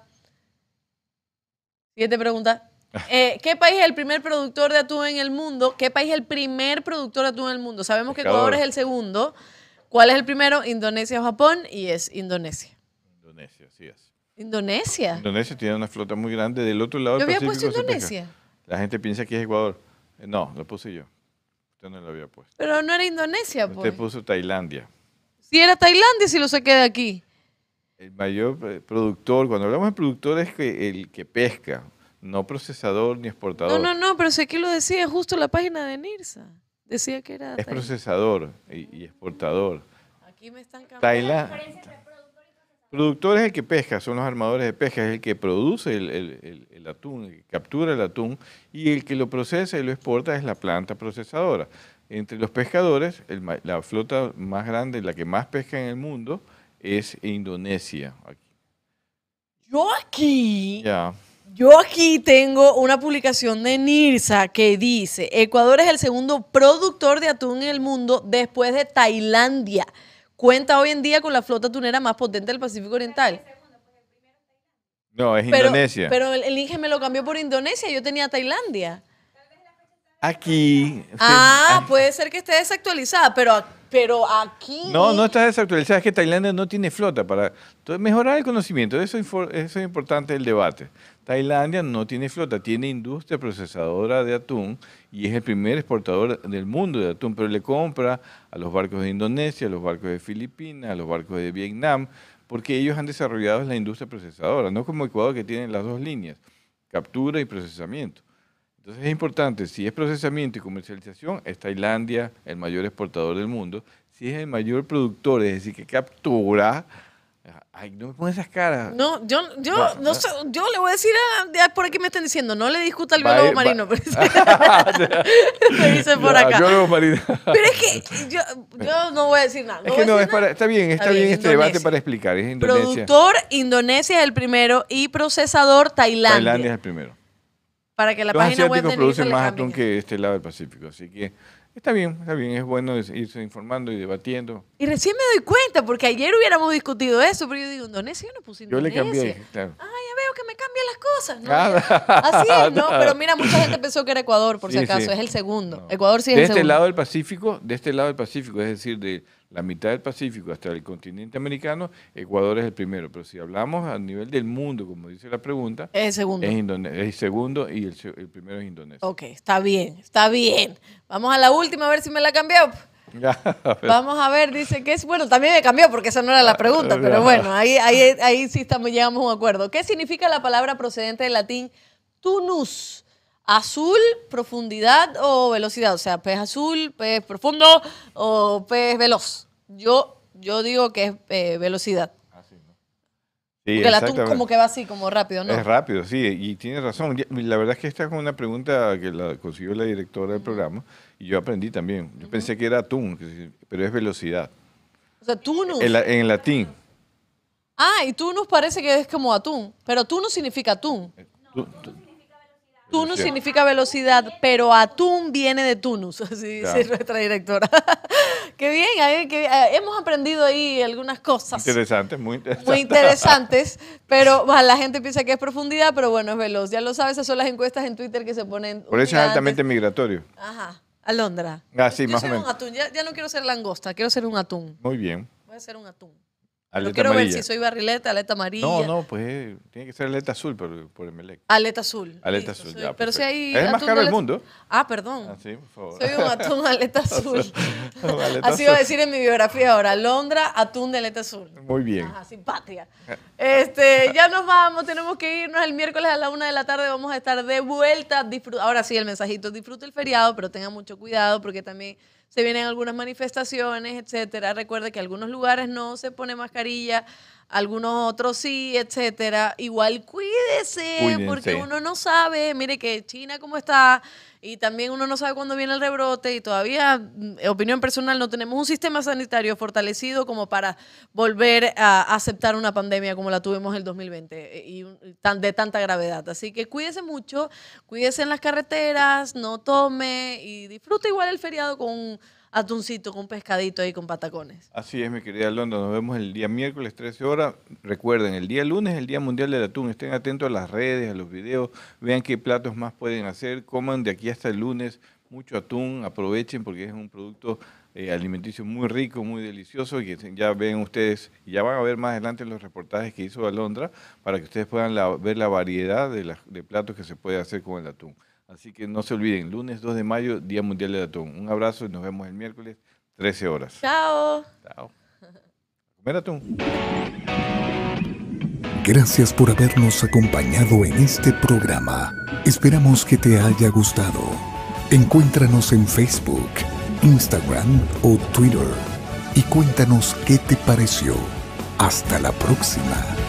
Siguiente pregunta. Eh, ¿Qué país es el primer productor de atún en el mundo? ¿Qué país es el primer productor de atún en el mundo? Sabemos que Pescador. Ecuador es el segundo. ¿Cuál es el primero? Indonesia o Japón. Y es Indonesia. Indonesia, así es. Indonesia. Indonesia tiene una flota muy grande. Del otro lado Yo del había Pacífico puesto se pesca. Indonesia. La gente piensa que es Ecuador. Eh, No, lo puse yo. Usted no lo había puesto. Pero no era Indonesia, Usted pues. puso Tailandia. Si era Tailandia, si lo saqué de aquí. El mayor eh, productor, cuando hablamos de productor es que el que pesca, no procesador ni exportador. No, no, no, pero si aquí lo decía justo la página de NIRSA. Decía que era Es Tailandia. procesador y, y exportador. Aquí me están cambiando. Tailandia. productor es el que pesca, son los armadores de pesca, es el que produce el, el, el, el atún, el que captura el atún, y el que lo procesa y lo exporta es la planta procesadora. Entre los pescadores, el, la flota más grande, la que más pesca en el mundo, es Indonesia. Yo aquí, Ya. yo aquí tengo una publicación de NIRSA que dice, Ecuador es el segundo productor de atún en el mundo después de Tailandia. Cuenta hoy en día con la flota atunera más potente del Pacífico Oriental. No, es Pero, Indonesia. pero el, el Inge me lo cambió por Indonesia, yo tenía Tailandia. Aquí. usted- Ah, puede ser que esté desactualizada, pero, pero aquí... No, no está desactualizada, es que Tailandia no tiene flota para entonces, mejorar el conocimiento, eso, infor- eso es importante el debate. Tailandia no tiene flota, tiene industria procesadora de atún y es el primer exportador del mundo de atún, pero le compra a los barcos de Indonesia, a los barcos de Filipinas, a los barcos de Vietnam, porque ellos han desarrollado la industria procesadora, no como Ecuador que tiene las dos líneas, captura y procesamiento. Entonces es importante, si es procesamiento y comercialización, es Tailandia el mayor exportador del mundo. Si es el mayor productor, es decir, que captura, ay, no me pongas esas caras. No, yo, yo, No, no, no. sé, yo le voy a decir a, ya por aquí me están diciendo, no le discuta al Va- biólogo va- marino, pero me dicen por Ya, acá. biólogo marino. Pero es que yo, yo no voy a decir nada. Es voy que a no, decir es para, está bien, está, bien, este Indonesia. debate para explicar, es Indonesia. Productor, Indonesia es el primero y procesador, Tailandia. Tailandia es el primero. Para que la Los página web asiáticos de NIRSA producen le más cambien. atún que este lado del Pacífico, así que está bien, está bien, es bueno irse informando y debatiendo. Y recién me doy cuenta, porque ayer hubiéramos discutido eso, pero yo digo, Indonesia, yo no puse Yo Indonesia. le cambié, claro. Ah, ya veo que me cambian las cosas. ¿no? Nada. Ya. Así es, ¿no? Nada. Pero mira, mucha gente pensó que era Ecuador, por Sí, si acaso, sí. es el segundo. No. Ecuador sí es de el este segundo. lado del Pacífico, de este lado del Pacífico, es decir, de la mitad del Pacífico hasta el continente americano, Ecuador es el primero. Pero si hablamos a nivel del mundo, como dice la pregunta, Es el segundo. es, Indone- es el segundo y el, se- el primero es Indonesia. Ok, está bien, está bien. Vamos a la última a ver si me la cambió. Ya, a ver. Vamos a ver, dice que es, bueno, también me cambió porque esa no era la pregunta, pero bueno, ahí, ahí, ahí sí estamos, llegamos a un acuerdo. ¿Qué significa la palabra procedente del latín tunus? ¿Azul, profundidad o velocidad? O sea, pez azul, pez profundo o pez veloz. Yo, yo digo que es eh, velocidad. Sí, Porque el atún exactamente. como que va así, como rápido, ¿no? Es rápido, sí, y tiene razón. Ya- La verdad es que esta es una pregunta que la consiguió la directora del programa y yo aprendí también. Yo pensé que era atún, que sí, pero es velocidad. O sea, tunus. En, la- en latín. Ah, y tunus parece que es como atún, pero tunus significa atún. Tú- tú- Tunus Velocidad. significa velocidad, pero atún viene de Tunus, así Ya. dice nuestra directora. Qué bien, ahí, que, eh, hemos aprendido ahí algunas cosas Interesante, muy interesante. muy interesantes, pero bah, la gente piensa que es profundidad, pero bueno, es veloz. Ya lo sabes, esas son las encuestas en Twitter que se ponen. Por eso un día es altamente antes. migratorio. Ajá, Alondra. Ah, sí, Yo más o soy menos. un atún, ya, ya no quiero ser langosta, quiero ser un atún. Muy bien. Voy a ser un atún. Pero Aleta quiero amarilla. ver si soy barrileta, aleta amarilla. No, no, pues eh, tiene que ser aleta azul por, por Emelec. Aleta azul. Aleta Listo, azul, soy- ya, Pero si perfecto. hay Es el más atún caro de del aleta- mundo. Ah, perdón. Ah, sí, por favor. Soy un atún aleta azul. Un aleta Así va a azul. decir en mi biografía ahora. Londra, atún de aleta azul. Muy bien. Ajá, simpatía. Este, ya nos vamos, tenemos que irnos. El miércoles a la una de la tarde vamos a estar de vuelta. Disfruta, ahora sí, el mensajito, disfrute el feriado, pero tengan mucho cuidado porque también se vienen algunas manifestaciones, etcétera. Recuerde que algunos lugares no se pone mascarilla, algunos otros sí, etcétera. Igual cuídese, Cuídense. porque uno no sabe, mire que China cómo está, y también uno no sabe cuándo viene el rebrote, y todavía, mm, opinión personal, no tenemos un sistema sanitario fortalecido como para volver a aceptar una pandemia como la tuvimos el dos mil veinte eh, y un- tan, de tanta gravedad. Así que cuídese mucho, cuídese en las carreteras, no tome y disfrute igual el feriado con un atuncito, con un pescadito ahí con patacones. Así es, mi querida Londra. Nos vemos el día miércoles, trece horas. Recuerden, el día lunes es el Día Mundial del Atún. Estén atentos a las redes, a los videos. Vean qué platos más pueden hacer. Coman de aquí hasta el lunes mucho atún. Aprovechen porque es un producto eh, alimenticio muy rico, muy delicioso. Y que ya ven ustedes, y ya van a ver más adelante los reportajes que hizo Alondra para que ustedes puedan la- ver la variedad de, las- de platos que se puede hacer con el atún. Así que no se olviden, lunes dos de mayo, Día Mundial del Atún. Un abrazo y nos vemos el miércoles, trece horas. Chao. Chao. Comer atún. Gracias por habernos acompañado en este programa. Esperamos que te haya gustado. Encuéntranos en Facebook, Instagram o Twitter y cuéntanos qué te pareció. Hasta la próxima.